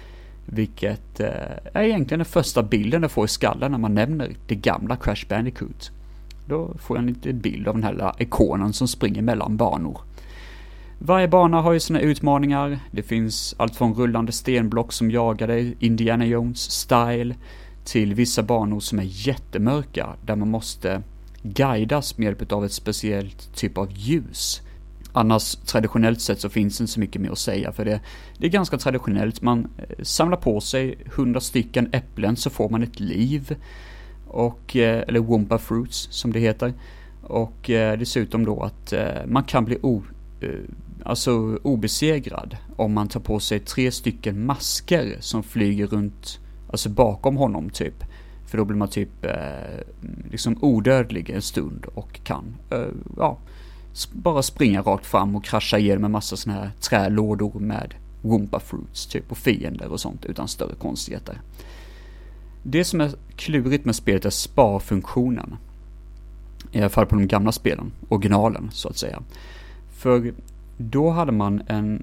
Vilket eh, är egentligen den första bilden jag får i skallen när man nämner det gamla Crash Bandicoot. Då får jag en liten bild av den här ikonen som springer mellan banor. Varje bana har ju sina utmaningar. Det finns allt från rullande stenblock som jagar dig, Indiana Jones style, till vissa banor som är jättemörka, där man måste guidas med hjälp av ett speciellt typ av ljus. Annars traditionellt sett så finns det inte så mycket mer att säga, för det, det är ganska traditionellt. Man samlar på sig hundra stycken äpplen så får man ett liv, och, eller Wumpa Fruits som det heter. Och eh, dessutom då att eh, man kan bli o, eh, alltså obesegrad om man tar på sig tre stycken masker som flyger runt, alltså bakom honom typ. För då blir man typ eh, liksom odödlig en stund och kan eh, ja, bara springa rakt fram och krascha igenom en massa såna här trälådor med Wumpa Fruits typ och fiender och sånt utan större konstigheter. Det som är klurigt med spelet är sparfunktionen. I alla fall på de gamla spelen, originalen så att säga. För då hade man en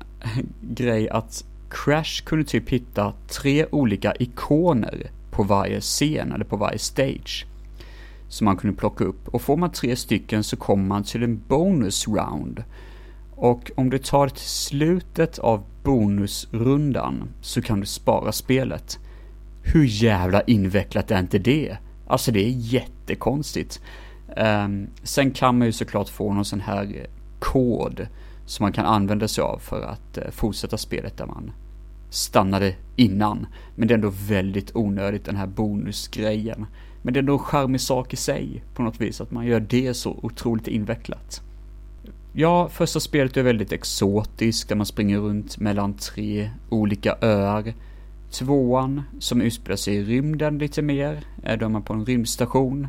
grej att Crash kunde typ hitta tre olika ikoner på varje scen eller på varje stage som man kunde plocka upp. Och får man tre stycken så kommer man till en bonus round. Och om du tar till slutet av bonusrundan så kan du spara spelet. Hur jävla invecklat är inte det? Alltså det är jättekonstigt. Um, sen kan man ju såklart få någon sån här kod som man kan använda sig av för att uh, fortsätta spelet där man stannade innan. Men det är ändå väldigt onödigt, den här bonusgrejen. Men det är ändå en charmig sak i sig på något vis, att man gör det så otroligt invecklat. Ja, första spelet är väldigt exotiskt där man springer runt mellan tre olika öar. Tvåan, som utspelar sig i rymden lite mer, är då man på en rymdstation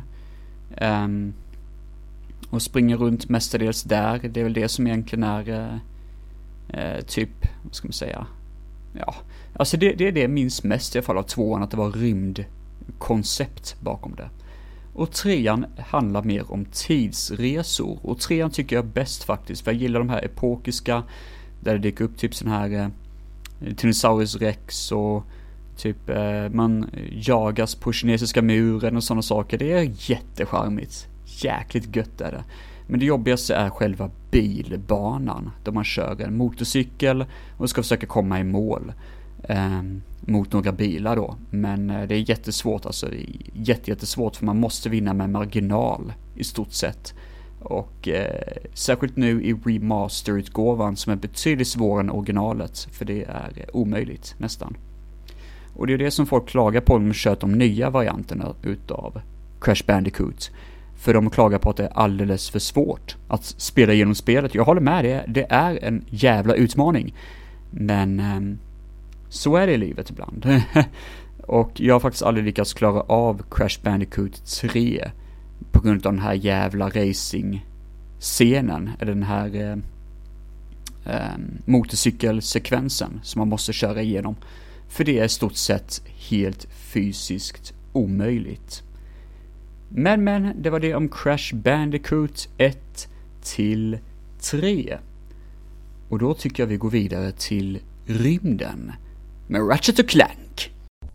um, och springer runt mestadels där. Det är väl det som egentligen är uh, uh, typ, vad ska man säga, ja, alltså det, det är det jag minns mest i alla fall av tvåan, att det var rymdkoncept bakom det. Och trean handlar mer om tidsresor, och trean tycker jag bäst faktiskt, för jag gillar de här epokiska där det dyker upp typ sån här uh, Tyrannosaurus Rex och typ eh, man jagas på kinesiska muren och sådana saker. Det är jättecharmigt. Jäkligt gött är det. Men det jobbigaste är själva bilbanan, då man kör en motorcykel och ska försöka komma i mål eh, mot några bilar då. Men eh, det är jättesvårt, alltså jätte, jättesvårt, för man måste vinna med marginal i stort sett. Och eh, särskilt nu i remasterutgåvan som är betydligt svårare än originalet, för det är omöjligt nästan. Och det är det som folk klagar på när de kört de nya varianterna utav Crash Bandicoot. För de klagar på att det är alldeles för svårt att spela igenom spelet. Jag håller med, det, det är en jävla utmaning. Men eh, så är det i livet ibland. Och jag har faktiskt aldrig lyckats klara av Crash Bandicoot tre på grund av den här jävla racing-scenen, eller den här eh, eh, motorcykelsekvensen som man måste köra igenom. För det är i stort sett helt fysiskt omöjligt. Men men, det var det om Crash Bandicoot ett till tre. Och då tycker jag vi går vidare till rymden med Ratchet och Clank.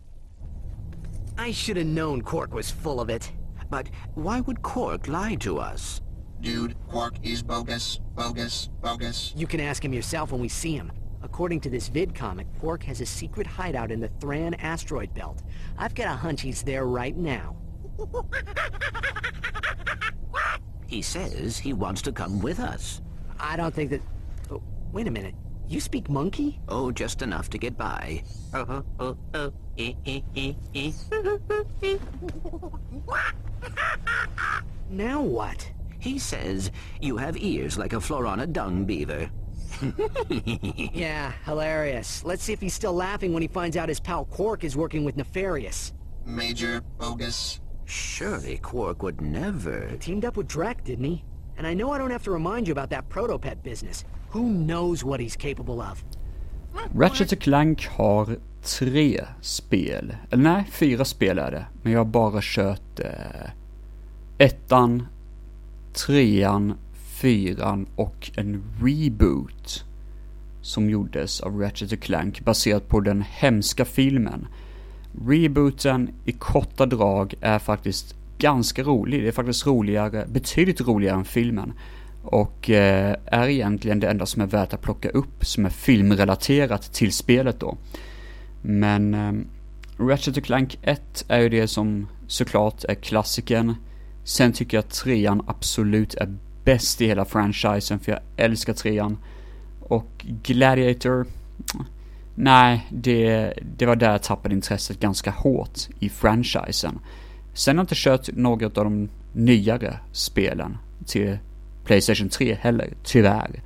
I should have known Quark was full of it. But why would Quark lie to us? Dude, Quark is bogus, bogus, bogus. You can ask him yourself when we see him. According to this vid comic, Quark has a secret hideout in the Thran asteroid belt. I've got a hunch he's there right now. He says he wants to come with us. I don't think that... Oh, wait a minute. You speak monkey? Oh, just enough to get by. Oh, oh, oh, eh, eh, eh, eh. Now what? He says you have ears like a Florana dung beaver. Yeah, hilarious. Let's see if he's still laughing when he finds out his pal Quark is working with Nefarious. Major bogus. Surely Quark would never... He teamed up with Drek, didn't he? And I know I don't have to remind you about that Protopet business. Who knows what he's capable of? Ratchet och Clank har tre spel. Eller nej, fyra spel är det. Men jag har bara kört eh, ettan, trean, fyran och en reboot som gjordes av Ratchet och Clank baserat på den hemska filmen. Rebooten i korta drag är faktiskt ganska rolig. Det är faktiskt roligare, betydligt roligare än filmen. Och eh, är egentligen det enda som är värt att plocka upp som är filmrelaterat till spelet då. Men eh, Ratchet och Clank ett är ju det som såklart är klassiken. Sen tycker jag att trean absolut är bäst i hela franchisen, för jag älskar trean. Och Gladiator, nej, det, det var där jag tappade intresset ganska hårt i franchisen. Sen har jag inte kört något av de nyare spelen till PlayStation tre heller, tyvärr.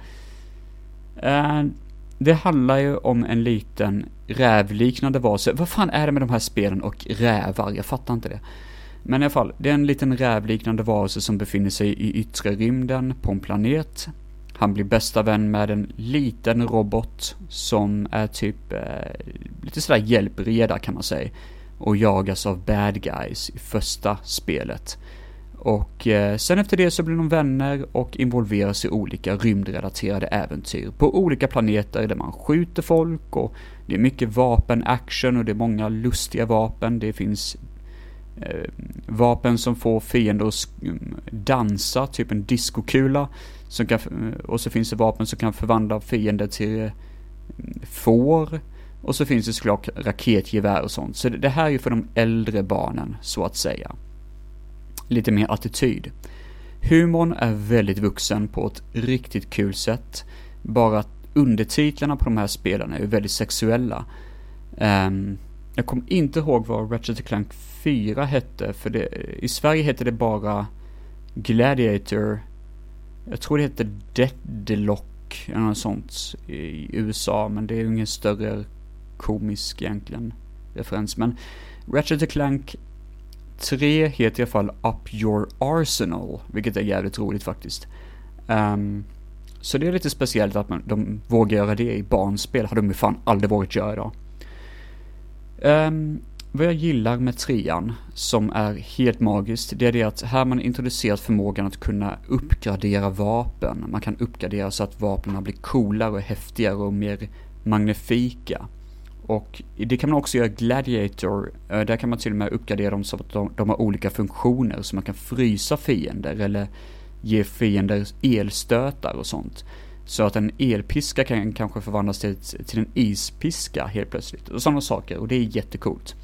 Uh, det handlar ju om en liten rävliknande varelse. Vad fan är det med de här spelen och rävar? Jag fattar inte det. Men i alla fall, det är en liten rävliknande varelse som befinner sig i yttre rymden på en planet. Han blir bästa vän med en liten robot som är typ eh, lite sådär hjälpreda kan man säga. Och jagas av bad guys i första spelet. Och eh, sen efter det så blir de vänner och involveras i olika rymdrelaterade äventyr på olika planeter där man skjuter folk och det är mycket vapen-action och det är många lustiga vapen. Det finns eh, vapen som får fiender att dansa, typ en diskokula, som kan, och så finns det vapen som kan förvandla fiender till eh, får. Och så finns det såklart raketgevär och sånt. Så det här är ju för de äldre barnen, så att säga. Lite mer attityd. Humorn är väldigt vuxen på ett riktigt kul sätt. Bara att undertitlarna på de här spelarna är ju väldigt sexuella. Um, jag kommer inte ihåg vad Ratchet och Clank fyra hette. För det, i Sverige heter det bara Gladiator. Jag tror det heter Deadlock eller något sånt i U S A. Men det är ju ingen större komisk egentligen referens. Men Ratchet och Clank tre heter i alla fall Up Your Arsenal, vilket är jävligt roligt faktiskt. Um, så det är lite speciellt att man, de vågar göra det i barnspel. Hade de ju fan aldrig vågat göra idag. Um, vad jag gillar med trean, som är helt magiskt, det är det att här har man introducerat förmågan att kunna uppgradera vapen. Man kan uppgradera så att vapnen blir coolare och häftigare och mer magnifika. Och det kan man också göra Gladiator. Där kan man till och med uppgradera dem så att de, de har olika funktioner. Så man kan frysa fiender eller ge fiender elstötar och sånt. Så att en elpiska kan kanske förvandlas till, till en ispiska helt plötsligt. Och sådana saker. Och det är jättecoolt.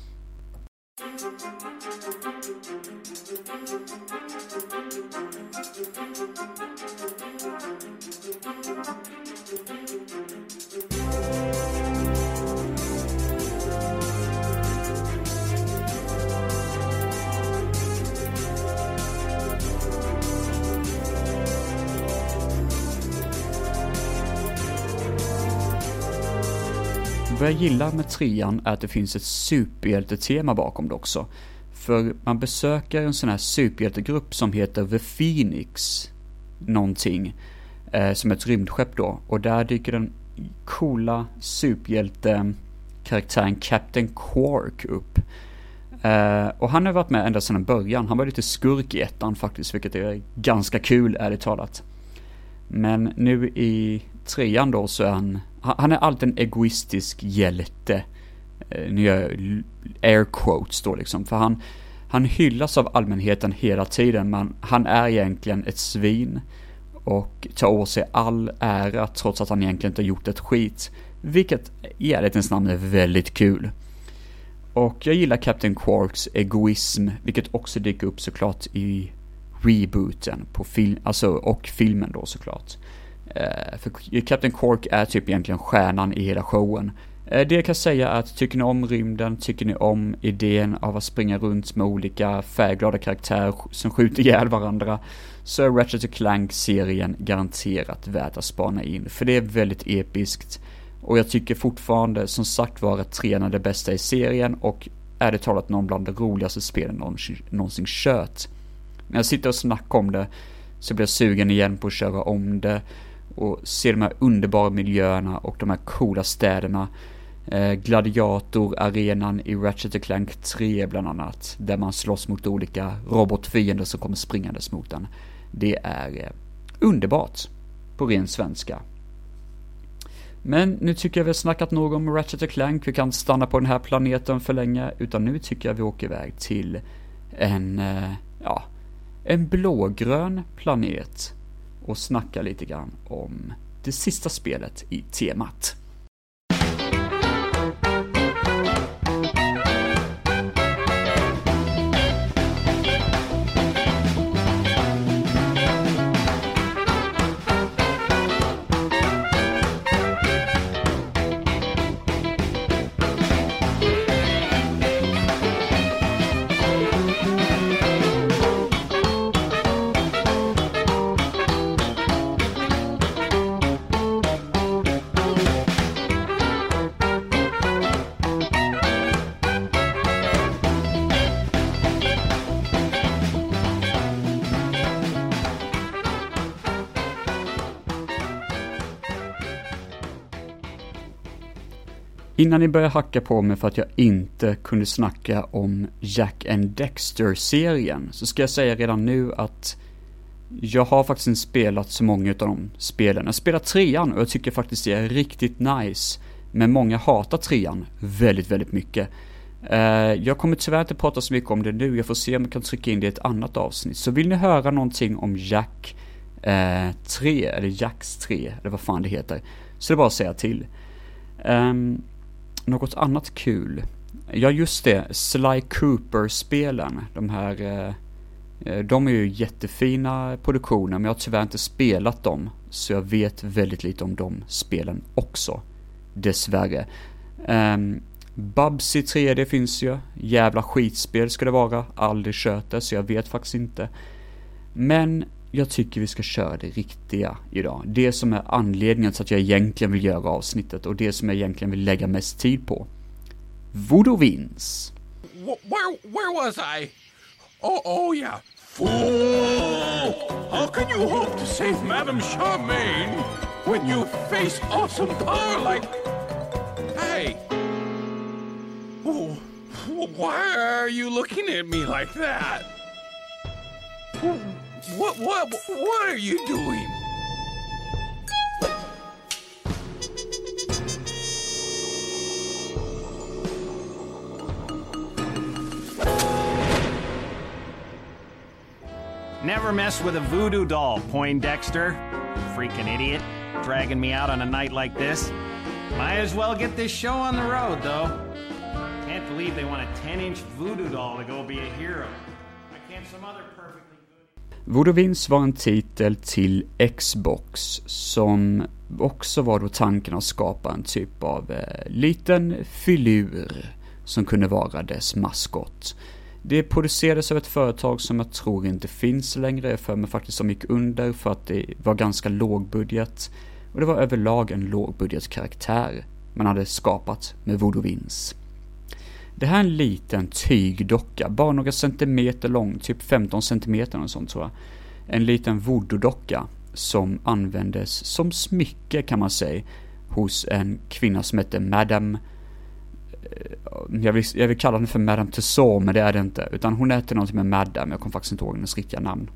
vad jag gillar med trean är att det finns ett superhjältetema bakom det också. För man besöker en sån här superhjältegrupp som heter The Phoenix någonting, eh, som ett rymdskepp då. Och där dyker den coola superhjälte-karaktären Captain Quark upp. Eh, och han har varit med ända sedan början. Han var lite skurk i ettan faktiskt, vilket är ganska kul ärligt talat. Men nu i trean då så är han, han är alltid en egoistisk hjälte. Eh, nu gör jag air quotes då liksom, för han, han hyllas av allmänheten hela tiden, men han är egentligen ett svin och tar åt sig all ära trots att han egentligen inte har gjort ett skit, vilket i ärlighetens namn är väldigt kul. Och jag gillar Captain Quarks egoism, vilket också dyker upp såklart i rebooten på film, alltså, och filmen då såklart. Eh, för Captain Quark är typ egentligen stjärnan i hela showen. Eh, det jag kan säga är att tycker ni om rymden, tycker ni om idén av att springa runt med olika färgglada karaktärer som skjuter ihjäl varandra, så är Ratchet and Clank-serien garanterat värt att spana in. För det är väldigt episkt. Och jag tycker fortfarande som sagt var att trean är det bästa i serien och är det talat någon bland de roligaste spelen någonsin, någonsin kört. När jag sitter och snackar om det så blir jag sugen igen på att köra om det och se de här underbara miljöerna och de här coola städerna. Eh, Gladiator-arenan i Ratchet and Clank tre bland annat, där man slåss mot olika robotfiender som kommer springandes mot den. Det är eh, underbart på ren svenska. Men nu tycker jag vi har snackat nog om Ratchet and Clank. Vi kan stanna på den här planeten för länge, utan nu tycker jag vi åker iväg till en, eh, ja, en blågrön planet och snacka lite grann om det sista spelet i temat. Innan ni börjar hacka på mig för att jag inte kunde snacka om Jak and Daxter-serien, så ska jag säga redan nu att jag har faktiskt inte spelat så många av de spelen. Jag spelar trean och jag tycker faktiskt det är riktigt nice. Men många hatar trean väldigt, väldigt mycket. Uh, jag kommer tyvärr inte prata så mycket om det nu. Jag får se om jag kan trycka in det i ett annat avsnitt. Så vill ni höra någonting om Jak uh, tre, eller Jaks tre, eller vad fan det heter, så det är bara att säga till. Um, Något annat kul. Ja just det, Sly Cooper-spelen. De här, eh, de är ju jättefina produktioner, men jag har tyvärr inte spelat dem. Så jag vet väldigt lite om de spelen också. Dessvärre. Um, Bubsy tre D finns ju. Jävla skitspel ska det vara. Aldrig kört det, så jag vet faktiskt inte. Men jag tycker vi ska köra det riktiga idag. Det som är anledningen till att jag egentligen vill göra avsnittet och det som jag egentligen vill lägga mest tid på. Voodoo Vince. Where, where was I? Oh, oh yeah. Fool! How can you hope to save Madame Charmaine when you face awesome power like... Hey! Oh, why are you looking at me like that? What, what, what are you doing? Never mess with a voodoo doll, Poindexter. Freaking idiot. Dragging me out on a night like this. Might as well get this show on the road, though. Can't believe they want a ten-inch voodoo doll to go be a hero. Why can't some other perfectly... Voodoo Vince var en titel till Xbox som också var då tanken att skapa en typ av eh, liten filur som kunde vara dess maskot. Det producerades av ett företag som jag tror inte finns längre, för mig faktiskt som gick under för att det var ganska lågbudget och det var överlag en lågbudgetkaraktär man hade skapat med Voodoo Vince. Det här är en liten tygdocka, bara några centimeter lång, typ femton centimeter och sånt tror jag. En liten voodoo-docka som användes som smycke kan man säga hos en kvinna som heter Madame, jag vill, jag vill kalla henne för Madame Tussauds, men det är det inte, utan hon heter någonting med Madame, jag kommer faktiskt inte ihåg hennes riktiga namn.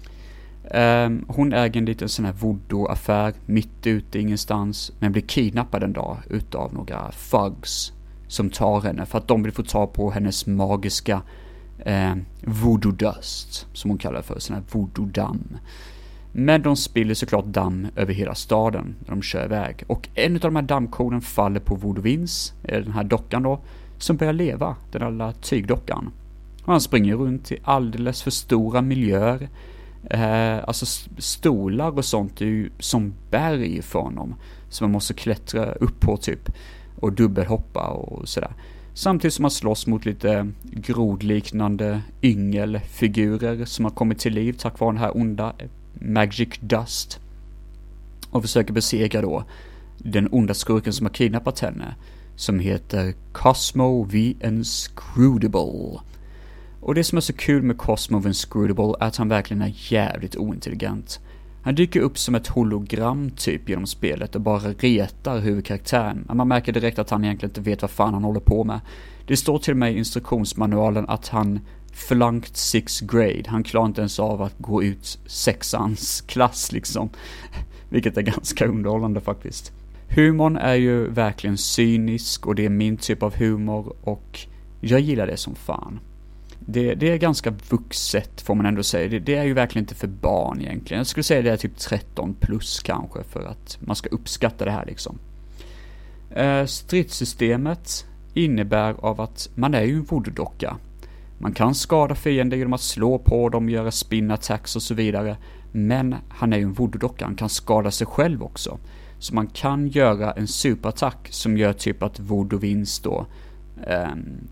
Um, hon äger en liten sån här voodoo-affär mitt ute ingenstans, men blir kidnappad en dag utav några thugs som tar henne för att de vill få ta på hennes magiska eh, voodoo dust, som hon kallar för, sån här voodoo damm. Men de spiller såklart damm över hela staden när de kör iväg. Och en av de här dammkornen faller på Voodoo Vince, den här dockan då, som börjar leva, den där lilla tygdockan. Och han springer runt i alldeles för stora miljöer. Eh, alltså stolar och sånt är ju som berg för honom, som man måste klättra upp på typ. Och dubbelhoppa och sådär. Samtidigt som man slåss mot lite grodliknande yngelfigurer som har kommit till liv tack vare den här onda Magic Dust. Och försöker besegra då den onda skurken som har kidnappat henne, som heter Cosmo the Inscrutable. Och det som är så kul med Cosmo the Inscrutable är att han verkligen är jävligt ointelligent. Han dyker upp som ett hologram typ genom spelet och bara retar huvudkaraktären. Man märker direkt att han egentligen inte vet vad fan han håller på med. Det står till och med i instruktionsmanualen att han flunked sixth grade. Han klarar inte ens av att gå ut sexans klass liksom. Vilket är ganska underhållande faktiskt. Humorn är ju verkligen cynisk och det är min typ av humor och jag gillar det som fan. Det, det är ganska vuxet får man ändå säga. Det, det är ju verkligen inte för barn egentligen. Jag skulle säga det är typ tretton plus kanske för att man ska uppskatta det här liksom. Eh, stridssystemet innebär av att man är ju en voodoo-docka. Man kan skada fiender genom att slå på dem, göra spin attacks och så vidare. Men han är ju en voodoo-docka, han kan skada sig själv också. Så man kan göra en superattack som gör typ att Voodoo Vince då eh,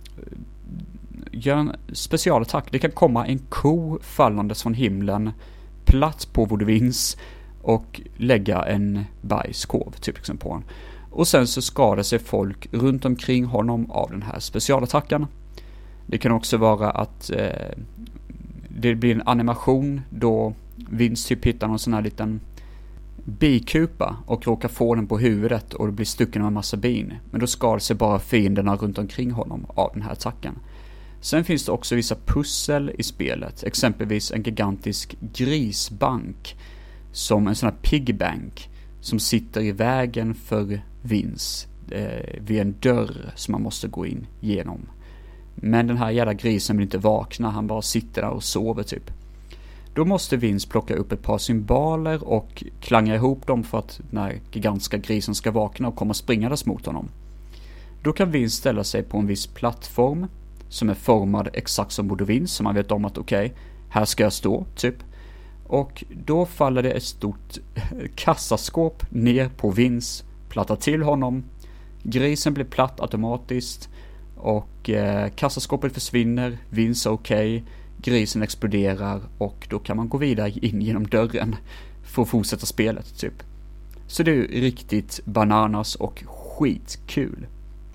gör en specialattack. Det kan komma en ko fallandes från himlen platt på Voodoo Vince och lägga en bajskorv typ liksom på honom. Och sen så skadar sig folk runt omkring honom av den här specialattacken. Det kan också vara att eh, det blir en animation då Vince typ hittar någon sån här liten bikupa och råkar få den på huvudet och det blir stucken av en massa bin. Men då skadar sig bara fienderna runt omkring honom av den här attacken. Sen finns det också vissa pussel i spelet, exempelvis en gigantisk grisbank som en sån här piggybank som sitter i vägen för Vince eh, vid en dörr som man måste gå in genom. Men den här jävla grisen vill inte vakna, han bara sitter där och sover typ. Då måste Vince plocka upp ett par symboler och klanga ihop dem för att den här gigantiska grisen ska vakna och komma springandes mot honom. Då kan Vince ställa sig på en viss plattform som är formad exakt som Voodoo Vince, så man vet om att okej, okay, här ska jag stå typ. Och då faller det ett stort kassaskåp ner på Vince, plattar till honom. Grisen blir platt automatiskt och eh, kassaskåpet försvinner, Vince är okej, okay, grisen exploderar och då kan man gå vidare in genom dörren för att fortsätta spelet typ. Så det är ju riktigt bananas och skitkul.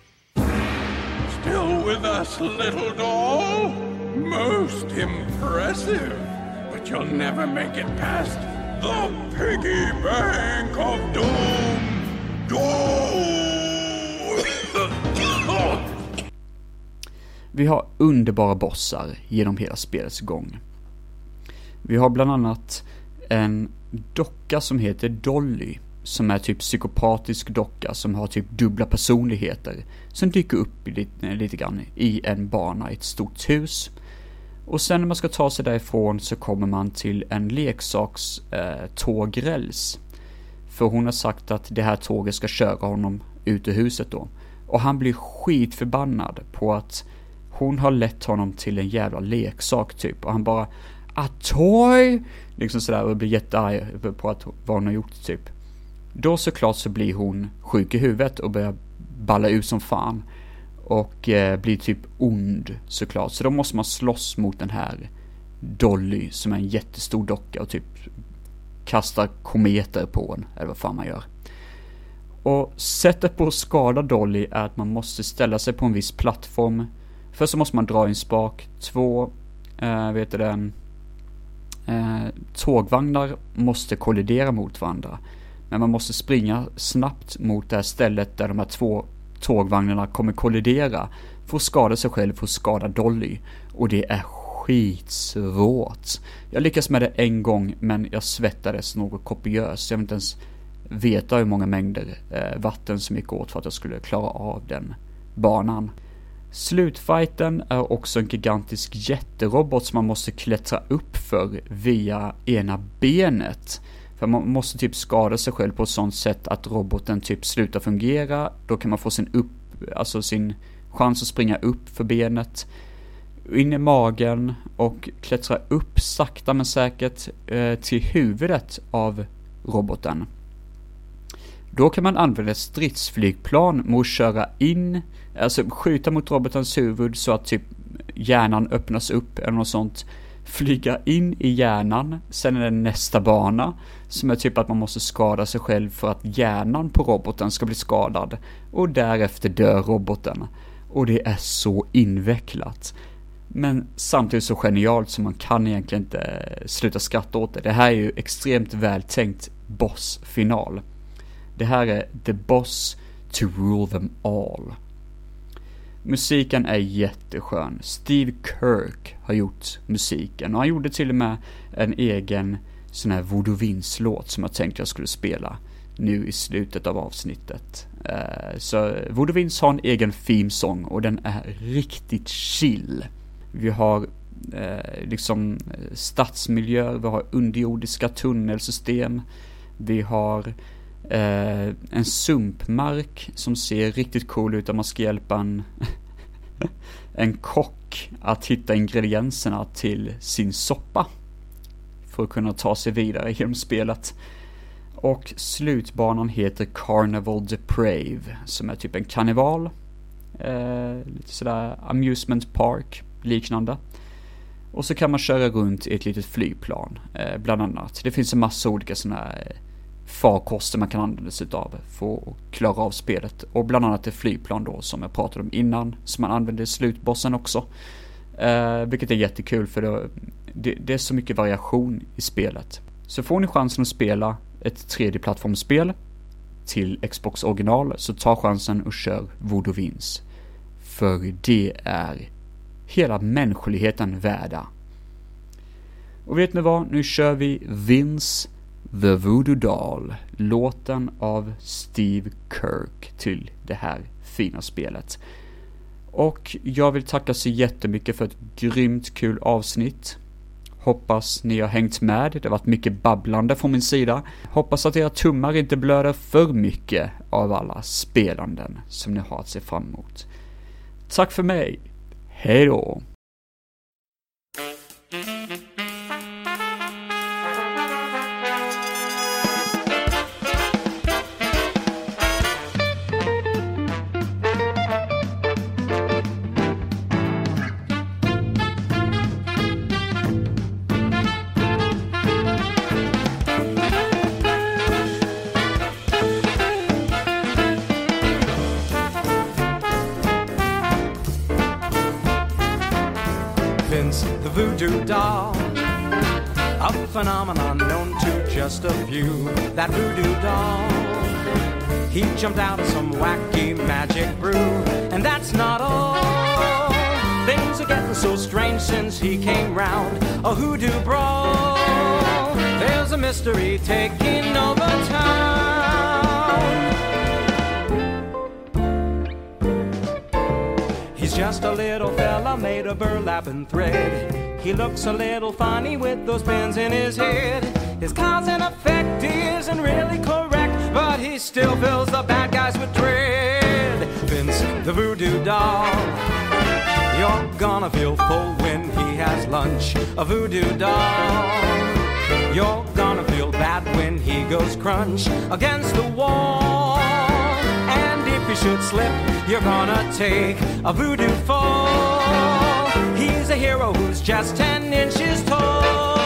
Still with us, little doll? Most impressive. But you'll never make it past the piggy bank of doom. Doom! Vi har underbara bossar genom hela spelets gång. Vi har bland annat en docka som heter Dolly, som är typ psykopatisk docka som har typ dubbla personligheter, som dyker upp lite, lite grann i en bana i ett stort hus. Och sen när man ska ta sig därifrån så kommer man till en leksaks eh, tågräls. För hon har sagt att det här tåget ska köra honom ut ur huset då. Och han blir skitförbannad på att hon har lett honom till en jävla leksak typ. Och han bara, a toy? Liksom sådär, och blir jättearg på att vad hon har gjort typ. Då såklart så blir hon sjuk i huvudet och börjar balla ut som fan. Och eh, blir typ ond såklart. Så då måste man slåss mot den här Dolly som är en jättestor docka och typ kastar kometer på en. Eller vad fan man gör. Och sättet på att skada Dolly är att man måste ställa sig på en viss plattform. Först så måste man dra i en spak. Två, äh, vet du det, äh, tågvagnar måste kollidera mot varandra. Men man måste springa snabbt mot det här stället där de här två tågvagnarna kommer kollidera. För att skada sig själv, för att skada Dolly. Och det är skitsvårt. Jag lyckas med det en gång, men jag svettades något kopiöst. Jag vill inte ens veta hur många mängder eh, vatten som gick åt för att jag skulle klara av den banan. Slutfighten är också en gigantisk jätterobot som man måste klättra upp för via ena benet. För man måste typ skada sig själv på ett sånt sätt att roboten typ slutar fungera. Då kan man få sin upp, alltså sin chans att springa upp för benet, in i magen och klättra upp sakta men säkert eh, till huvudet av roboten. Då kan man använda ett stridsflygplan mot att köra in, alltså skjuta mot robotens huvud så att typ hjärnan öppnas upp eller något sånt. Flyga in i hjärnan, sen är det nästa bana som är typ att man måste skada sig själv för att hjärnan på roboten ska bli skadad. Och därefter dör roboten. Och det är så invecklat. Men samtidigt så genialt som man kan egentligen inte sluta skratta åt det. Det här är ju extremt vältänkt bossfinal. Det här är the boss to rule them all. Musiken är jätteskön. Steve Kirk har gjort musiken. Och han gjorde till och med en egen sån här Voodoo Vince-låt som jag tänkte jag skulle spela nu i slutet av avsnittet. Så Voodoo Vince har en egen theme-song och den är riktigt chill. Vi har eh, liksom stadsmiljöer, vi har underjordiska tunnelsystem, vi har eh, en sumpmark som ser riktigt cool ut där man ska hjälpa en, en kock att hitta ingredienserna till sin soppa för att kunna ta sig vidare genom spelet. Och slutbanan heter Carnival Deprave som är typ en karneval, eh, lite sådär amusement park liknande. Och så kan man köra runt i ett litet flygplan eh, bland annat. Det finns en massa olika sådana här farkoster man kan använda sig av för att klara av spelet. Och bland annat ett flygplan då som jag pratade om innan som man använder i slutbossen också. Eh, vilket är jättekul för det, det, det är så mycket variation i spelet. Så får ni chansen att spela ett tredje plattformsspel till Xbox original så ta chansen och kör Voodoo Vince. För det är hela mänskligheten värda. Och vet ni vad? Nu kör vi Vince the Voodoo Doll, låten av Steve Kirk till det här fina spelet. Och jag vill tacka så jättemycket för ett grymt kul avsnitt. Hoppas ni har hängt med. Det har varit mycket babblande från min sida. Hoppas att era tummar inte blöder för mycket av alla spelanden som ni har att se fram emot. Tack för mig. Hej då! The voodoo doll, a phenomenon known to just a few. That voodoo doll, he jumped out of some wacky magic brew. And that's not all, things are getting so strange since he came round. A hoodoo brawl, there's a mystery taking over town. He's just a little fella made of burlap and thread. He looks a little funny with those pins in his head. His cause and effect isn't really correct, but he still fills the bad guys with dread. Vince the Voodoo Doll, you're gonna feel full when he has lunch. A voodoo doll, you're gonna feel bad when he goes crunch against the wall. And if you should slip, you're gonna take a voodoo fall. He's a hero who's just ten inches tall.